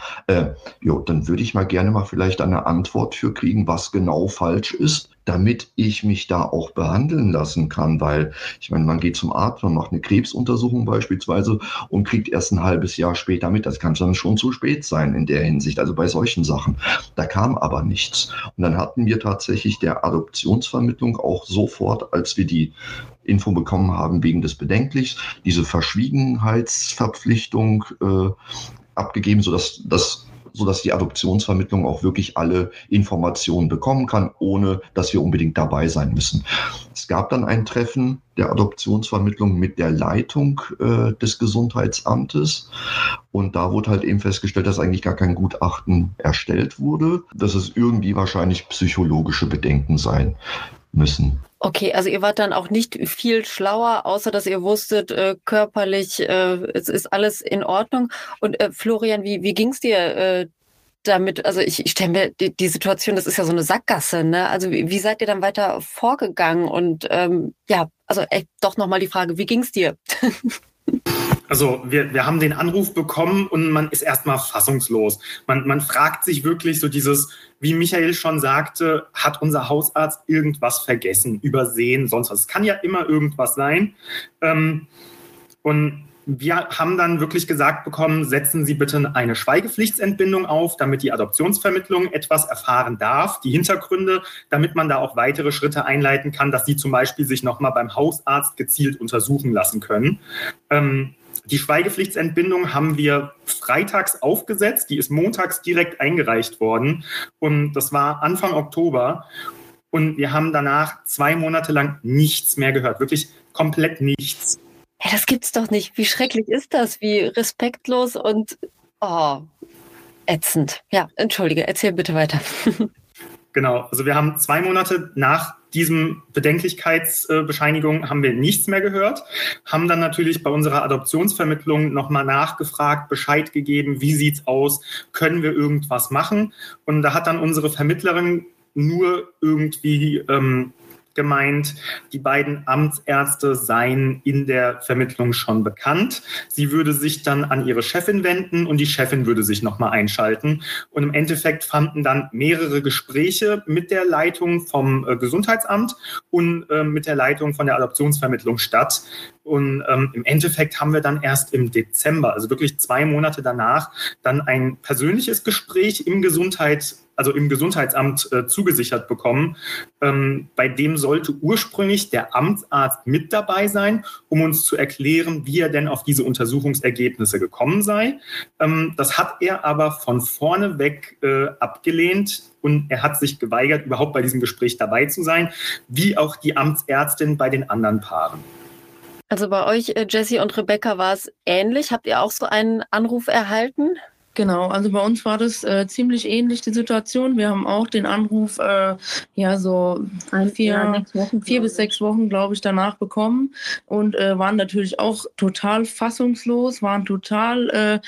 Dann würde ich mal gerne mal vielleicht eine Antwort für kriegen, was genau falsch ist, damit ich mich da auch behandeln lassen kann, weil ich meine, man geht zum Arzt, man macht eine Krebsuntersuchung beispielsweise und kriegt erst ein halbes Jahr später mit. Das kann dann schon zu spät sein in der Hinsicht, also bei solchen Sachen. Da kam aber nichts. Und dann hatten wir tatsächlich der Adoptionsvermittlung auch sofort, als wir die Info bekommen haben wegen des Bedenklichs, diese Verschwiegenheitsverpflichtung abgegeben, sodass die Adoptionsvermittlung auch wirklich alle Informationen bekommen kann, ohne dass wir unbedingt dabei sein müssen. Es gab dann ein Treffen der Adoptionsvermittlung mit der Leitung des Gesundheitsamtes und da wurde halt eben festgestellt, dass eigentlich gar kein Gutachten erstellt wurde, dass es irgendwie wahrscheinlich psychologische Bedenken sein müssen. Okay, also ihr wart dann auch nicht viel schlauer, außer dass ihr wusstet, körperlich, es ist alles in Ordnung. Und Florian, wie ging's dir damit? Also ich stelle mir die Situation, das ist ja so eine Sackgasse, ne? Also wie seid ihr dann weiter vorgegangen? Und doch nochmal die Frage, wie ging's dir? Also wir haben den Anruf bekommen und man ist erstmal fassungslos. Man fragt sich wirklich so dieses, wie Michael schon sagte, hat unser Hausarzt irgendwas vergessen, übersehen, sonst was. Es kann ja immer irgendwas sein. Und wir haben dann wirklich gesagt bekommen, setzen Sie bitte eine Schweigepflichtsentbindung auf, damit die Adoptionsvermittlung etwas erfahren darf, die Hintergründe, damit man da auch weitere Schritte einleiten kann, dass Sie zum Beispiel sich nochmal beim Hausarzt gezielt untersuchen lassen können. Die Schweigepflichtsentbindung haben wir freitags aufgesetzt, die ist montags direkt eingereicht worden und das war Anfang Oktober und wir haben danach 2 Monate lang nichts mehr gehört, wirklich komplett nichts. Hey, das gibt's doch nicht. Wie schrecklich ist das? Wie respektlos und ätzend. Ja, entschuldige, erzähl bitte weiter. Genau, also wir haben 2 Monate nach diesem Bedenklichkeitsbescheinigung haben wir nichts mehr gehört, haben dann natürlich bei unserer Adoptionsvermittlung nochmal nachgefragt, Bescheid gegeben, wie sieht's aus, können wir irgendwas machen? Und da hat dann unsere Vermittlerin nur irgendwie gemeint, die beiden Amtsärzte seien in der Vermittlung schon bekannt. Sie würde sich dann an ihre Chefin wenden und die Chefin würde sich nochmal einschalten. Und im Endeffekt fanden dann mehrere Gespräche mit der Leitung vom Gesundheitsamt und mit der Leitung von der Adoptionsvermittlung statt. Und im Endeffekt haben wir dann erst im Dezember, also wirklich 2 Monate danach, dann ein persönliches Gespräch im Gesundheitsamt zugesichert bekommen. Bei dem sollte ursprünglich der Amtsarzt mit dabei sein, um uns zu erklären, wie er denn auf diese Untersuchungsergebnisse gekommen sei. Das hat er aber von vorne weg abgelehnt. Und er hat sich geweigert, überhaupt bei diesem Gespräch dabei zu sein, wie auch die Amtsärztin bei den anderen Paaren. Also bei euch, Jessie und Rebecca, war es ähnlich. Habt ihr auch so einen Anruf erhalten? Genau, also bei uns war das ziemlich ähnlich, die Situation. Wir haben auch den Anruf so 4 bis 6 Wochen, glaube ich, danach bekommen und waren natürlich auch total fassungslos, waren total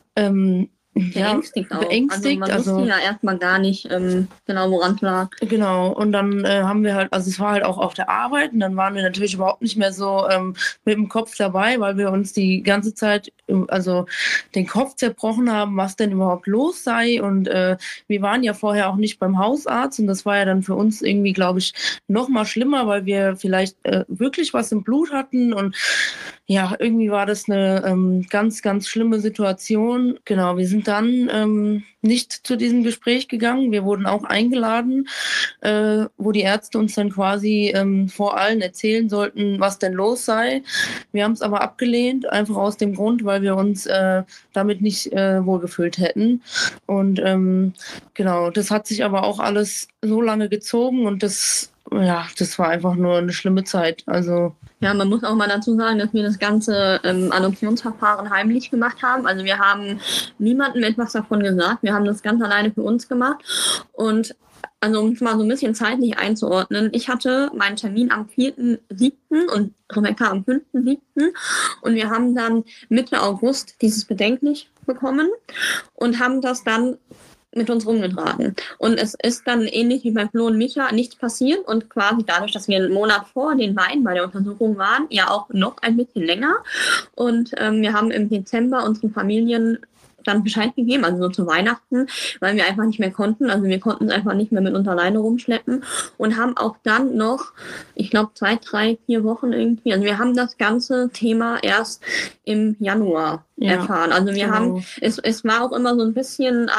beängstigt. Also man wusste ja erstmal gar nicht genau, woran es lag. Genau, und dann haben wir halt, also es war halt auch auf der Arbeit und dann waren wir natürlich überhaupt nicht mehr so mit dem Kopf dabei, weil wir uns die ganze Zeit den Kopf zerbrochen haben, was denn überhaupt los sei und wir waren ja vorher auch nicht beim Hausarzt und das war ja dann für uns irgendwie, glaube ich, noch mal schlimmer, weil wir vielleicht wirklich was im Blut hatten und ja, irgendwie war das eine ganz, ganz schlimme Situation. Genau, wir sind dann nicht zu diesem Gespräch gegangen. Wir wurden auch eingeladen, wo die Ärzte uns dann quasi vor allen erzählen sollten, was denn los sei. Wir haben es aber abgelehnt, einfach aus dem Grund, weil wir uns damit nicht wohlgefühlt hätten. Und genau, das hat sich aber auch alles so lange gezogen und das war einfach nur eine schlimme Zeit. Also ja, man muss auch mal dazu sagen, dass wir das ganze Adoptionsverfahren heimlich gemacht haben. Also wir haben niemandem etwas davon gesagt. Wir haben das ganz alleine für uns gemacht. Und also um es mal so ein bisschen zeitlich einzuordnen, ich hatte meinen Termin am 4.7. und Rebecca am 5.7. Und wir haben dann Mitte August dieses bedenklich bekommen und haben das dann mit uns rumgetragen. Und es ist dann ähnlich wie bei Flo und Micha nichts passiert und quasi dadurch, dass wir einen Monat vor den beiden bei der Untersuchung waren, ja auch noch ein bisschen länger. Und wir haben im Dezember unseren Familien dann Bescheid gegeben, also so zu Weihnachten, weil wir einfach nicht mehr konnten. Also wir konnten es einfach nicht mehr mit uns alleine rumschleppen und haben auch dann noch, ich glaube 2, 3, 4 Wochen irgendwie, also wir haben das ganze Thema erst im Januar erfahren. Also wir haben, es war auch immer so ein bisschen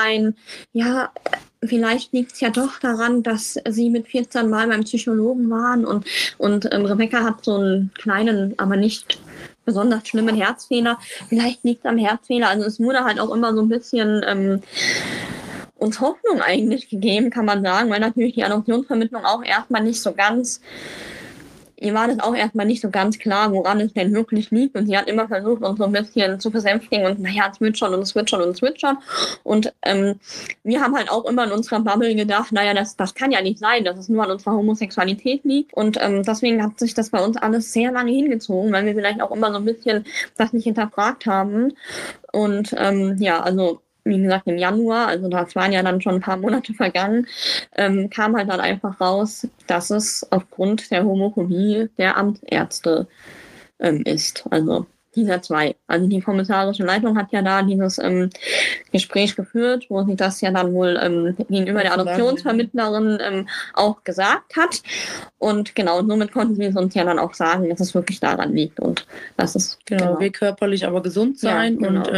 vielleicht liegt es ja doch daran, dass sie mit 14 Mal beim Psychologen waren und Rebecca hat so einen kleinen, aber nicht besonders schlimmen Herzfehler. Vielleicht liegt es am Herzfehler. Also es wurde halt auch immer so ein bisschen uns Hoffnung eigentlich gegeben, kann man sagen, weil natürlich die Adoptionsvermittlung auch erstmal nicht so ganz, ihr war das auch erstmal nicht so ganz klar, woran es denn wirklich liegt. Und sie hat immer versucht, uns so ein bisschen zu besänftigen und naja, es wird schon und es wird schon und es wird schon. Und wir haben halt auch immer in unserer Bubble gedacht, naja, das kann ja nicht sein, dass es nur an unserer Homosexualität liegt. Und deswegen hat sich das bei uns alles sehr lange hingezogen, weil wir vielleicht auch immer so ein bisschen das nicht hinterfragt haben. Und also wie gesagt, im Januar, also das waren ja dann schon ein paar Monate vergangen, kam halt dann einfach raus, dass es aufgrund der Homophobie der Amtsärzte ist. Also dieser 2. Also die kommissarische Leitung hat ja da dieses Gespräch geführt, wo sie das ja dann wohl gegenüber der Adoptionsvermittlerin auch gesagt hat. Und genau, somit konnten sie uns ja dann auch sagen, dass es wirklich daran liegt und dass es wir körperlich aber gesund sein und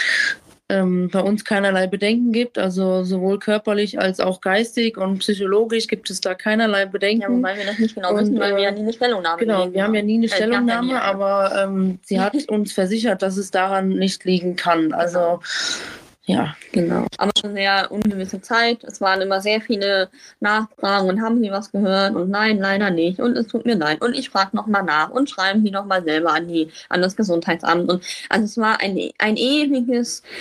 bei uns keinerlei Bedenken gibt, also sowohl körperlich als auch geistig und psychologisch gibt es da keinerlei Bedenken. Ja, wobei wir das nicht genau wissen, weil wir ja nie eine Stellungnahme haben. Wir haben ja nie eine Stellungnahme, aber sie hat uns versichert, dass es daran nicht liegen kann. Also ja, genau. Aber eine sehr ungewisse Zeit. Es waren immer sehr viele Nachfragen und haben Sie was gehört? Und nein, leider nicht. Und es tut mir leid. Und ich frage nochmal nach und schreiben Sie nochmal selber an das Gesundheitsamt. Und also es war ein ewiges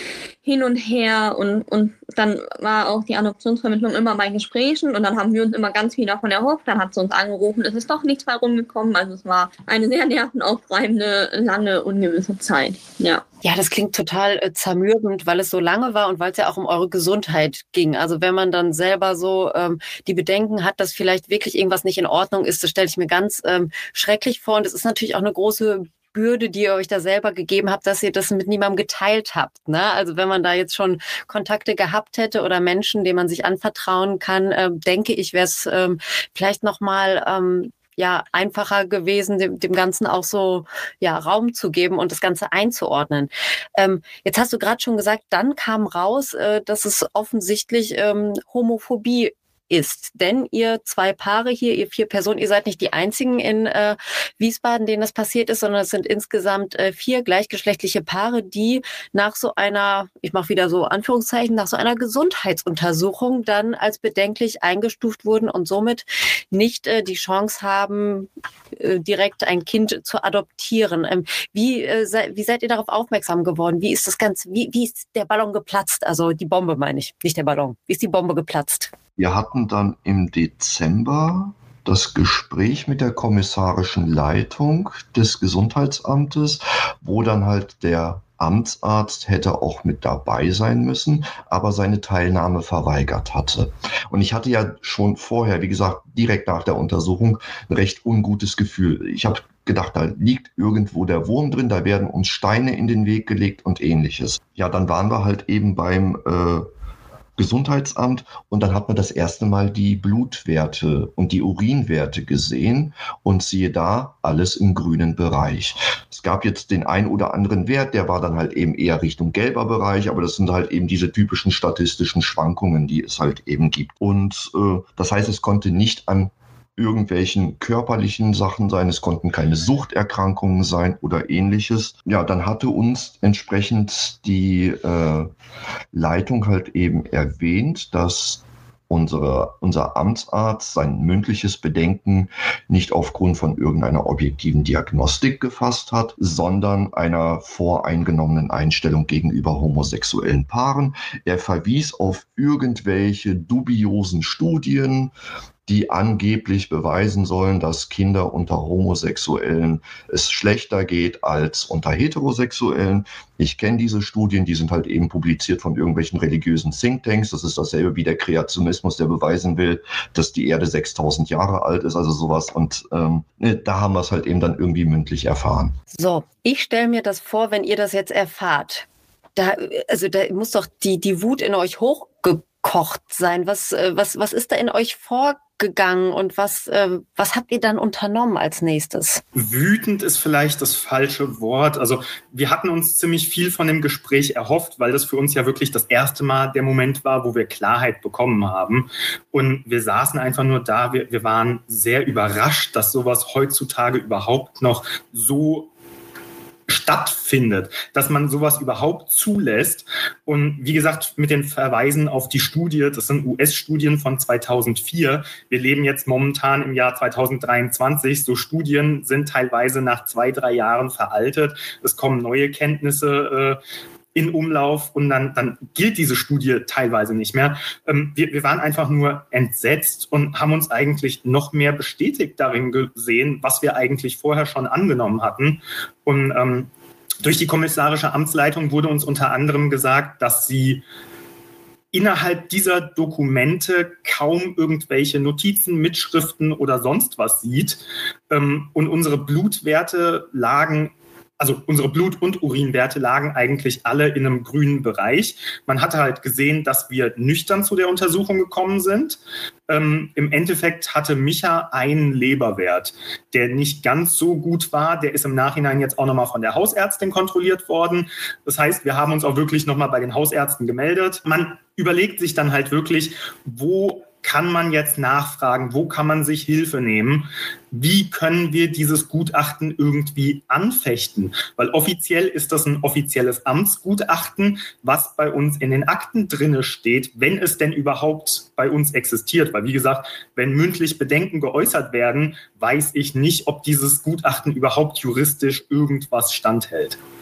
hin und her und dann war auch die Adoptionsvermittlung immer bei Gesprächen und dann haben wir uns immer ganz viel davon erhofft. Dann hat sie uns angerufen, es ist doch nichts bei rumgekommen. Also es war eine sehr nervenaufreibende, lange, ungewisse Zeit. Ja. Ja, das klingt total zermürbend, weil es so lange war und weil es ja auch um eure Gesundheit ging. Also wenn man dann selber so die Bedenken hat, dass vielleicht wirklich irgendwas nicht in Ordnung ist, das stelle ich mir ganz schrecklich vor. Und es ist natürlich auch eine große Bürde, die ihr euch da selber gegeben habt, dass ihr das mit niemandem geteilt habt. Ne? Also wenn man da jetzt schon Kontakte gehabt hätte oder Menschen, denen man sich anvertrauen kann, denke ich, wäre es vielleicht nochmal einfacher gewesen, dem Ganzen auch so Raum zu geben und das Ganze einzuordnen. Jetzt hast du gerade schon gesagt, dann kam raus, dass es offensichtlich Homophobie ist. Denn ihr 2 Paare hier, ihr 4 Personen, ihr seid nicht die einzigen in Wiesbaden, denen das passiert ist, sondern es sind insgesamt 4 gleichgeschlechtliche Paare, die nach so einer, ich mache wieder so Anführungszeichen, nach so einer Gesundheitsuntersuchung dann als bedenklich eingestuft wurden und somit nicht die Chance haben, direkt ein Kind zu adoptieren. Wie seid ihr darauf aufmerksam geworden? Wie ist das Ganze, wie ist der Ballon geplatzt? Also die Bombe meine ich, nicht der Ballon. Wie ist die Bombe geplatzt? Wir hatten dann im Dezember das Gespräch mit der kommissarischen Leitung des Gesundheitsamtes, wo dann halt der Amtsarzt hätte auch mit dabei sein müssen, aber seine Teilnahme verweigert hatte. Und ich hatte ja schon vorher, wie gesagt, direkt nach der Untersuchung ein recht ungutes Gefühl. Ich habe gedacht, da liegt irgendwo der Wurm drin, da werden uns Steine in den Weg gelegt und ähnliches. Ja, dann waren wir halt eben beim Gesundheitsamt und dann hat man das erste Mal die Blutwerte und die Urinwerte gesehen und siehe da, alles im grünen Bereich. Es gab jetzt den ein oder anderen Wert, der war dann halt eben eher Richtung gelber Bereich, aber das sind halt eben diese typischen statistischen Schwankungen, die es halt eben gibt. Und das heißt, es konnte nicht an irgendwelchen körperlichen Sachen sein, es konnten keine Suchterkrankungen sein oder ähnliches. Ja, dann hatte uns entsprechend die Leitung halt eben erwähnt, dass unser Amtsarzt sein mündliches Bedenken nicht aufgrund von irgendeiner objektiven Diagnostik gefasst hat, sondern einer voreingenommenen Einstellung gegenüber homosexuellen Paaren. Er verwies auf irgendwelche dubiosen Studien, die angeblich beweisen sollen, dass Kinder unter Homosexuellen es schlechter geht als unter Heterosexuellen. Ich kenne diese Studien, die sind halt eben publiziert von irgendwelchen religiösen Thinktanks. Das ist dasselbe wie der Kreationismus, der beweisen will, dass die Erde 6000 Jahre alt ist, also sowas. Und da haben wir es halt eben dann irgendwie mündlich erfahren. So, ich stelle mir das vor, wenn ihr das jetzt erfahrt. Da muss doch die Wut in euch hochgekocht sein. Was ist da in euch vorgegangen und was habt ihr dann unternommen als nächstes? Wütend ist vielleicht das falsche Wort. Also wir hatten uns ziemlich viel von dem Gespräch erhofft, weil das für uns ja wirklich das erste Mal der Moment war, wo wir Klarheit bekommen haben. Und wir saßen einfach nur da. Wir waren sehr überrascht, dass sowas heutzutage überhaupt noch so stattfindet, dass man sowas überhaupt zulässt. Und wie gesagt, mit den Verweisen auf die Studie, das sind US-Studien von 2004. Wir leben jetzt momentan im Jahr 2023. So Studien sind teilweise nach 2-3 Jahren veraltet. Es kommen neue Kenntnisse in Umlauf und dann gilt diese Studie teilweise nicht mehr. Wir waren einfach nur entsetzt und haben uns eigentlich noch mehr bestätigt darin gesehen, was wir eigentlich vorher schon angenommen hatten. Und durch die kommissarische Amtsleitung wurde uns unter anderem gesagt, dass sie innerhalb dieser Dokumente kaum irgendwelche Notizen, Mitschriften oder sonst was sieht. Und unsere Blutwerte also unsere Blut- und Urinwerte lagen eigentlich alle in einem grünen Bereich. Man hatte halt gesehen, dass wir nüchtern zu der Untersuchung gekommen sind. Im Endeffekt hatte Micha einen Leberwert, der nicht ganz so gut war. Der ist im Nachhinein jetzt auch nochmal von der Hausärztin kontrolliert worden. Das heißt, wir haben uns auch wirklich nochmal bei den Hausärzten gemeldet. Man überlegt sich dann halt wirklich, wo kann man jetzt nachfragen, wo kann man sich Hilfe nehmen, wie können wir dieses Gutachten irgendwie anfechten, weil offiziell ist das ein offizielles Amtsgutachten, was bei uns in den Akten drinne steht, wenn es denn überhaupt bei uns existiert, weil wie gesagt, wenn mündlich Bedenken geäußert werden, weiß ich nicht, ob dieses Gutachten überhaupt juristisch irgendwas standhält.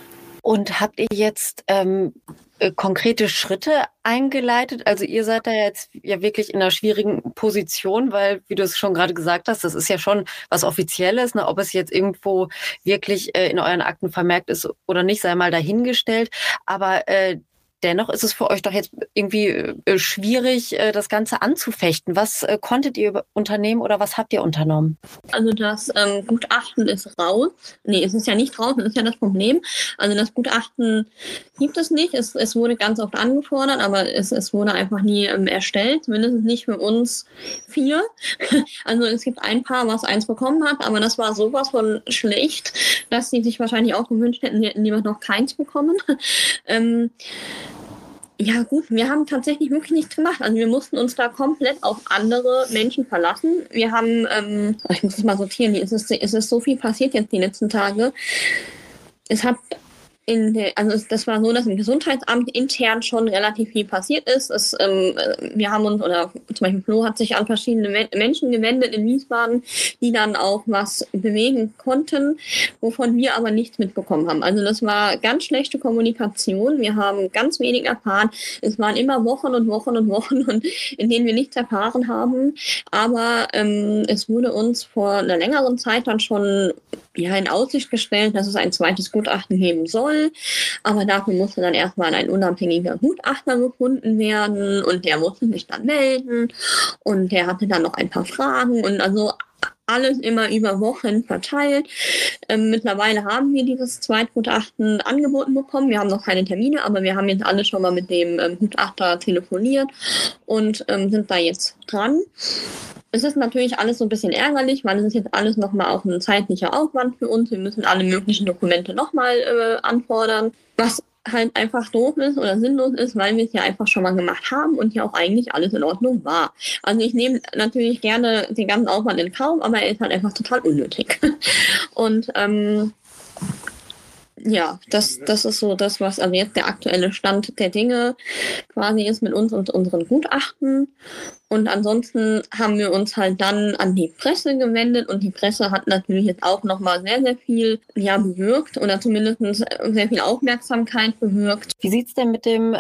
Und habt ihr jetzt konkrete Schritte eingeleitet? Also ihr seid da jetzt ja wirklich in einer schwierigen Position, weil, wie du es schon gerade gesagt hast, das ist ja schon was Offizielles, ne? Ob es jetzt irgendwo wirklich in euren Akten vermerkt ist oder nicht, sei mal dahingestellt. Aber dennoch ist es für euch doch jetzt irgendwie schwierig, das Ganze anzufechten. Was konntet ihr unternehmen oder was habt ihr unternommen? Also das Gutachten ist raus. Nee, es ist ja nicht raus, das ist ja das Problem. Also das Gutachten gibt es nicht. Es wurde ganz oft angefordert, aber es wurde einfach nie erstellt, zumindest nicht für uns 4. Also es gibt ein Paar, was eins bekommen hat, aber das war sowas von schlecht, dass sie sich wahrscheinlich auch gewünscht hätten, sie hätten lieber noch keins bekommen. Ja gut, wir haben tatsächlich wirklich nichts gemacht. Also wir mussten uns da komplett auf andere Menschen verlassen. Wir haben, ich muss das mal sortieren, es ist so viel passiert jetzt die letzten Tage. Es hat das war so, dass im Gesundheitsamt intern schon relativ viel passiert ist. Wir haben uns, oder zum Beispiel Flo hat sich an verschiedene Menschen gewendet in Wiesbaden, die dann auch was bewegen konnten, wovon wir aber nichts mitbekommen haben. Also das war ganz schlechte Kommunikation. Wir haben ganz wenig erfahren. Es waren immer Wochen und Wochen und Wochen, in denen wir nichts erfahren haben. Aber es wurde uns vor einer längeren Zeit dann schon in Aussicht gestellt, dass es ein zweites Gutachten geben soll. Aber dafür musste dann erstmal ein unabhängiger Gutachter gefunden werden und der musste sich dann melden und der hatte dann noch ein paar Fragen und also alles immer über Wochen verteilt. Mittlerweile haben wir dieses Zweitgutachten angeboten bekommen. Wir haben noch keine Termine, aber wir haben jetzt alle schon mal mit dem Gutachter telefoniert und sind da jetzt dran. Es ist natürlich alles so ein bisschen ärgerlich, weil es ist jetzt alles nochmal auch ein zeitlicher Aufwand für uns. Wir müssen alle möglichen Dokumente nochmal anfordern, was halt einfach doof ist oder sinnlos ist, weil wir es ja einfach schon mal gemacht haben und ja auch eigentlich alles in Ordnung war. Also ich nehme natürlich gerne den ganzen Aufwand in Kauf, aber er ist halt einfach total unnötig. Und das ist so das, was also jetzt der aktuelle Stand der Dinge quasi ist mit uns und unseren Gutachten. Und ansonsten haben wir uns halt dann an die Presse gewendet und die Presse hat natürlich jetzt auch nochmal sehr, sehr viel bewirkt oder zumindest sehr viel Aufmerksamkeit bewirkt. Wie sieht es denn mit dem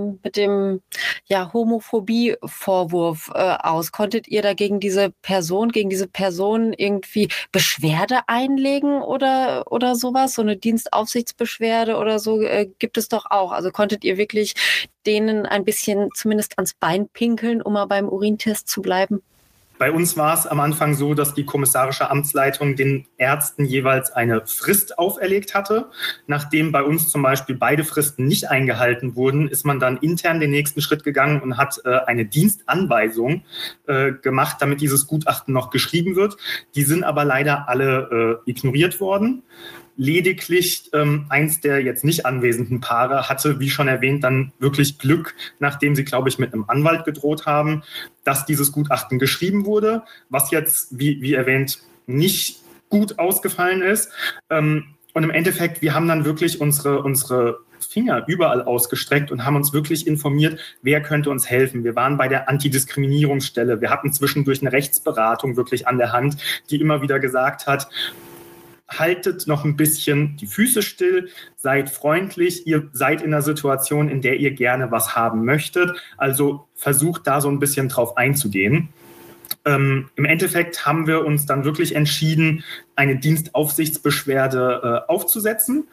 Homophobie-Vorwurf aus? Konntet ihr da gegen diese Person irgendwie Beschwerde einlegen oder sowas? So eine Dienstaufsichtsbeschwerde oder so gibt es doch auch. Also konntet ihr wirklich denen ein bisschen zumindest ans Bein pinkeln, um mal beim Urintest zu bleiben? Bei uns war es am Anfang so, dass die kommissarische Amtsleitung den Ärzten jeweils eine Frist auferlegt hatte. Nachdem bei uns zum Beispiel beide Fristen nicht eingehalten wurden, ist man dann intern den nächsten Schritt gegangen und hat eine Dienstanweisung gemacht, damit dieses Gutachten noch geschrieben wird. Die sind aber leider alle ignoriert worden. Lediglich eins der jetzt nicht anwesenden Paare hatte, wie schon erwähnt, dann wirklich Glück, nachdem sie, glaube ich, mit einem Anwalt gedroht haben, dass dieses Gutachten geschrieben wurde, was jetzt, wie erwähnt, nicht gut ausgefallen ist. Und im Endeffekt, wir haben dann wirklich unsere Finger überall ausgestreckt und haben uns wirklich informiert, wer könnte uns helfen. Wir waren bei der Antidiskriminierungsstelle. Wir hatten zwischendurch eine Rechtsberatung wirklich an der Hand, die immer wieder gesagt hat, haltet noch ein bisschen die Füße still, seid freundlich, ihr seid in einer Situation, in der ihr gerne was haben möchtet, also versucht da so ein bisschen drauf einzugehen. Im Endeffekt haben wir uns dann wirklich entschieden, eine Dienstaufsichtsbeschwerde aufzusetzen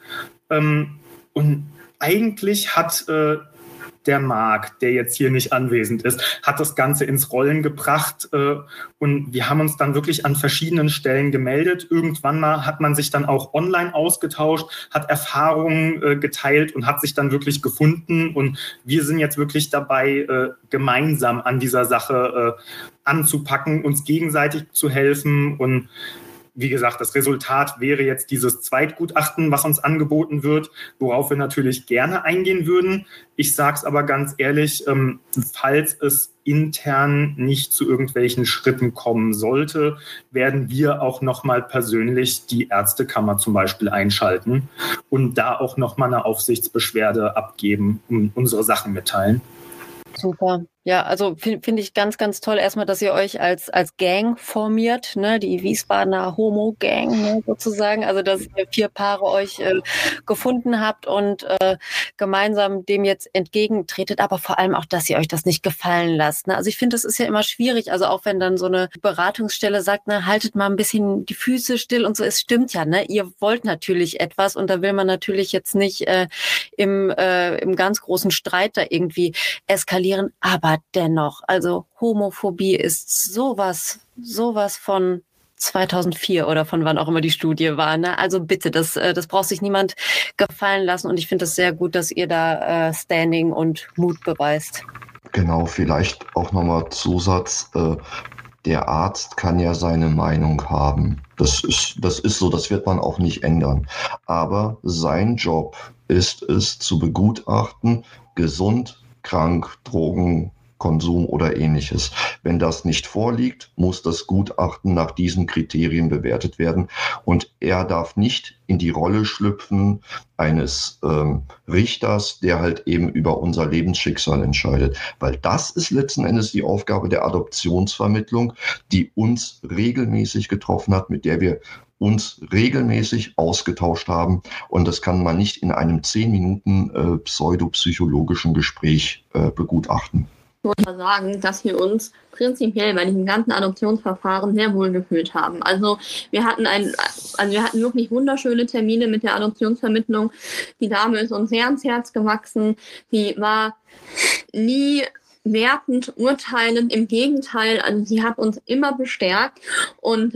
und eigentlich hat der Marc, der jetzt hier nicht anwesend ist, hat das Ganze ins Rollen gebracht und wir haben uns dann wirklich an verschiedenen Stellen gemeldet. Irgendwann mal hat man sich dann auch online ausgetauscht, hat Erfahrungen geteilt und hat sich dann wirklich gefunden und wir sind jetzt wirklich dabei, gemeinsam an dieser Sache anzupacken, uns gegenseitig zu helfen und wie gesagt, das Resultat wäre jetzt dieses Zweitgutachten, was uns angeboten wird, worauf wir natürlich gerne eingehen würden. Ich sage es aber ganz ehrlich, falls es intern nicht zu irgendwelchen Schritten kommen sollte, werden wir auch nochmal persönlich die Ärztekammer zum Beispiel einschalten und da auch nochmal eine Aufsichtsbeschwerde abgeben und unsere Sachen mitteilen. Super. Ja, also find ich ganz, ganz toll erstmal, dass ihr euch als Gang formiert, ne, die Wiesbadener Homo-Gang, ne, sozusagen. Also, dass ihr 4 Paare euch gefunden habt und gemeinsam dem jetzt entgegentretet, aber vor allem auch, dass ihr euch das nicht gefallen lasst. Ne? Also ich finde, das ist ja immer schwierig. Also auch wenn dann so eine Beratungsstelle sagt, na, haltet mal ein bisschen die Füße still und so, es stimmt ja, ne? Ihr wollt natürlich etwas und da will man natürlich jetzt nicht im ganz großen Streit da irgendwie eskalieren, aber dennoch, also Homophobie ist sowas von 2004 oder von wann auch immer die Studie war. Ne? Also bitte, das braucht sich niemand gefallen lassen und ich finde es sehr gut, dass ihr da Standing und Mut beweist. Genau, vielleicht auch nochmal Zusatz. Der Arzt kann ja seine Meinung haben. Das ist so, das wird man auch nicht ändern. Aber sein Job ist es, zu begutachten, gesund, krank, Drogenkonsum oder ähnliches. Wenn das nicht vorliegt, muss das Gutachten nach diesen Kriterien bewertet werden. Und er darf nicht in die Rolle schlüpfen eines Richters, der halt eben über unser Lebensschicksal entscheidet. Weil das ist letzten Endes die Aufgabe der Adoptionsvermittlung, die uns regelmäßig getroffen hat, mit der wir uns regelmäßig ausgetauscht haben. Und das kann man nicht in einem 10 Minuten pseudopsychologischen Gespräch begutachten. Ich muss mal sagen, dass wir uns prinzipiell bei diesem ganzen Adoptionsverfahren sehr wohl gefühlt haben. Also wir hatten wirklich wunderschöne Termine mit der Adoptionsvermittlung. Die Dame ist uns sehr ans Herz gewachsen. Sie war nie wertend, urteilend, im Gegenteil. Also sie hat uns immer bestärkt und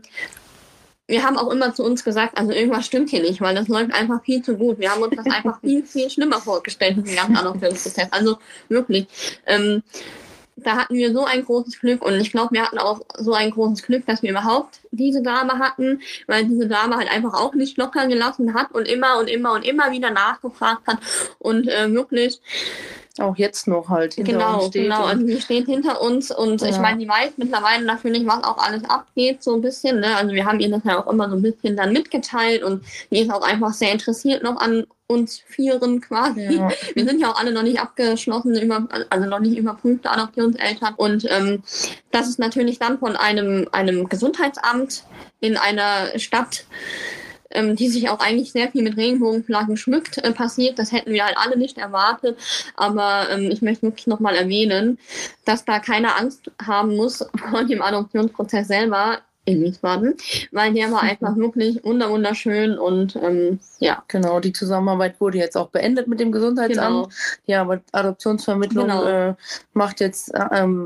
wir haben auch immer zu uns gesagt, also irgendwas stimmt hier nicht, weil das läuft einfach viel zu gut. Wir haben uns das einfach viel, viel schlimmer vorgestellt, diesen ganzen Adoptionsprozess. Also wirklich, da hatten wir so ein großes Glück und ich glaube, wir hatten auch so ein großes Glück, dass wir überhaupt diese Dame hatten, weil diese Dame halt einfach auch nicht locker gelassen hat und immer wieder nachgefragt hat und wirklich auch jetzt noch halt hinter uns steht. Genau, also sie steht hinter uns und ich meine, die weiß mittlerweile natürlich, was auch alles abgeht, so ein bisschen, ne? Also wir haben ihr das ja auch immer so ein bisschen dann mitgeteilt und die ist auch einfach sehr interessiert noch an uns Vieren quasi. Ja. Wir sind ja auch alle noch nicht abgeschlossen, also noch nicht überprüfte Adoptionseltern und das ist natürlich dann von einem Gesundheitsamt in einer Stadt, die sich auch eigentlich sehr viel mit Regenbogenflaggen schmückt, passiert. Das hätten wir halt alle nicht erwartet. Aber ich möchte wirklich nochmal erwähnen, dass da keiner Angst haben muss vor dem Adoptionsprozess selber in Wiesbaden, weil der war einfach wirklich wunderschön und ja. Genau, die Zusammenarbeit wurde jetzt auch beendet mit dem Gesundheitsamt. Genau. Ja, aber Adoptionsvermittlung macht jetzt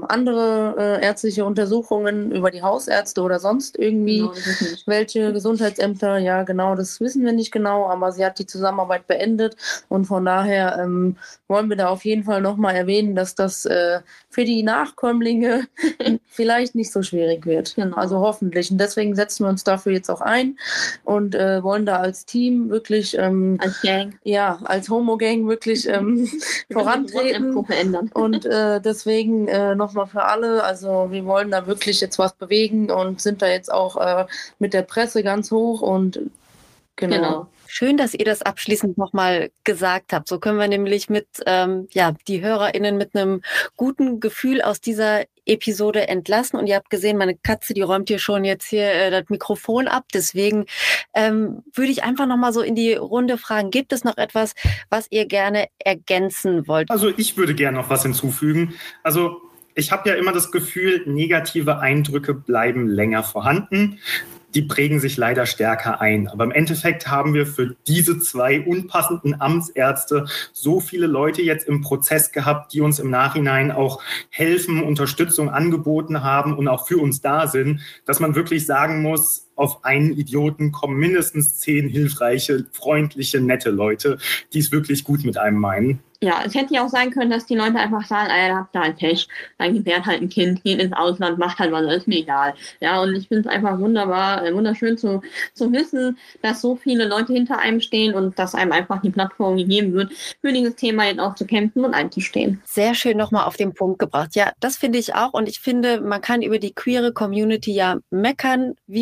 andere ärztliche Untersuchungen über die Hausärzte oder sonst irgendwie welche Gesundheitsämter. Ja, genau, das wissen wir nicht genau, aber sie hat die Zusammenarbeit beendet und von daher wollen wir da auf jeden Fall nochmal erwähnen, dass das für die Nachkömmlinge vielleicht nicht so schwierig wird. Genau. Also hoffentlich. Und deswegen setzen wir uns dafür jetzt auch ein und wollen da als Team wirklich als Gang. Ja, als Homo-Gang wirklich vorantreten. Und deswegen nochmal für alle, also wir wollen da wirklich jetzt was bewegen und sind da jetzt auch mit der Presse ganz hoch und genau. Schön, dass ihr das abschließend nochmal gesagt habt. So können wir nämlich mit die HörerInnen mit einem guten Gefühl aus dieser Episode entlassen. Und ihr habt gesehen, meine Katze, die räumt hier schon jetzt hier das Mikrofon ab. Deswegen würde ich einfach nochmal so in die Runde fragen, gibt es noch etwas, was ihr gerne ergänzen wollt? Also ich würde gerne noch was hinzufügen. Also ich habe ja immer das Gefühl, negative Eindrücke bleiben länger vorhanden. Die prägen sich leider stärker ein. Aber im Endeffekt haben wir für diese 2 unpassenden Amtsärzte so viele Leute jetzt im Prozess gehabt, die uns im Nachhinein auch helfen, Unterstützung angeboten haben und auch für uns da sind, dass man wirklich sagen muss, auf einen Idioten kommen mindestens 10 hilfreiche, freundliche, nette Leute, die es wirklich gut mit einem meinen. Ja, es hätte ja auch sein können, dass die Leute einfach sagen, da habt ihr halt Pech, dann gebärt halt ein Kind, geht ins Ausland, macht halt was, ist mir egal. Ja, und ich finde es einfach wunderschön zu wissen, dass so viele Leute hinter einem stehen und dass einem einfach die Plattform gegeben wird, für dieses Thema jetzt auch zu kämpfen und einzustehen. Sehr schön nochmal auf den Punkt gebracht. Ja, das finde ich auch und ich finde, man kann über die queere Community ja meckern, wie man will.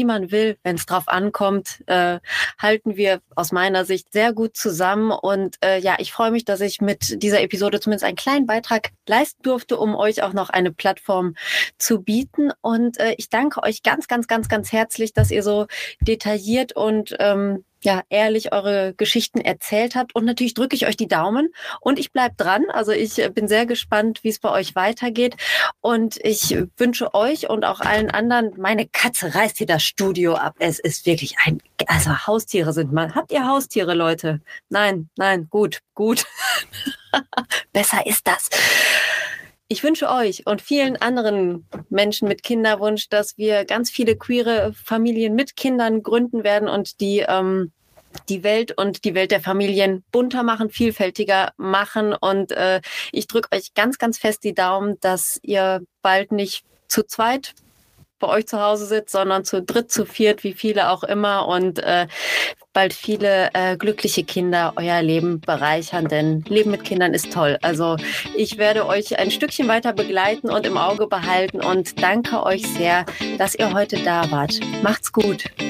weil, wenn es drauf ankommt, halten wir aus meiner Sicht sehr gut zusammen. Und ich freue mich, dass ich mit dieser Episode zumindest einen kleinen Beitrag leisten durfte, um euch auch noch eine Plattform zu bieten. Und ich danke euch ganz, ganz, ganz, ganz herzlich, dass ihr so detailliert und ehrlich eure Geschichten erzählt habt. Und natürlich drücke ich euch die Daumen und ich bleibe dran. Also ich bin sehr gespannt, wie es bei euch weitergeht. Und ich wünsche euch und auch allen anderen, meine Katze reißt hier das Studio ab. Es ist wirklich Haustiere sind mal. Habt ihr Haustiere, Leute? Nein, gut. Besser ist das. Ich wünsche euch und vielen anderen Menschen mit Kinderwunsch, dass wir ganz viele queere Familien mit Kindern gründen werden und die Welt und die Welt der Familien bunter machen, vielfältiger machen. Und ich drücke euch ganz, ganz fest die Daumen, dass ihr bald nicht zu zweit bei euch zu Hause sitzt, sondern zu dritt, zu viert, wie viele auch immer. Und bald viele glückliche Kinder euer Leben bereichern, denn Leben mit Kindern ist toll. Also ich werde euch ein Stückchen weiter begleiten und im Auge behalten und danke euch sehr, dass ihr heute da wart. Macht's gut.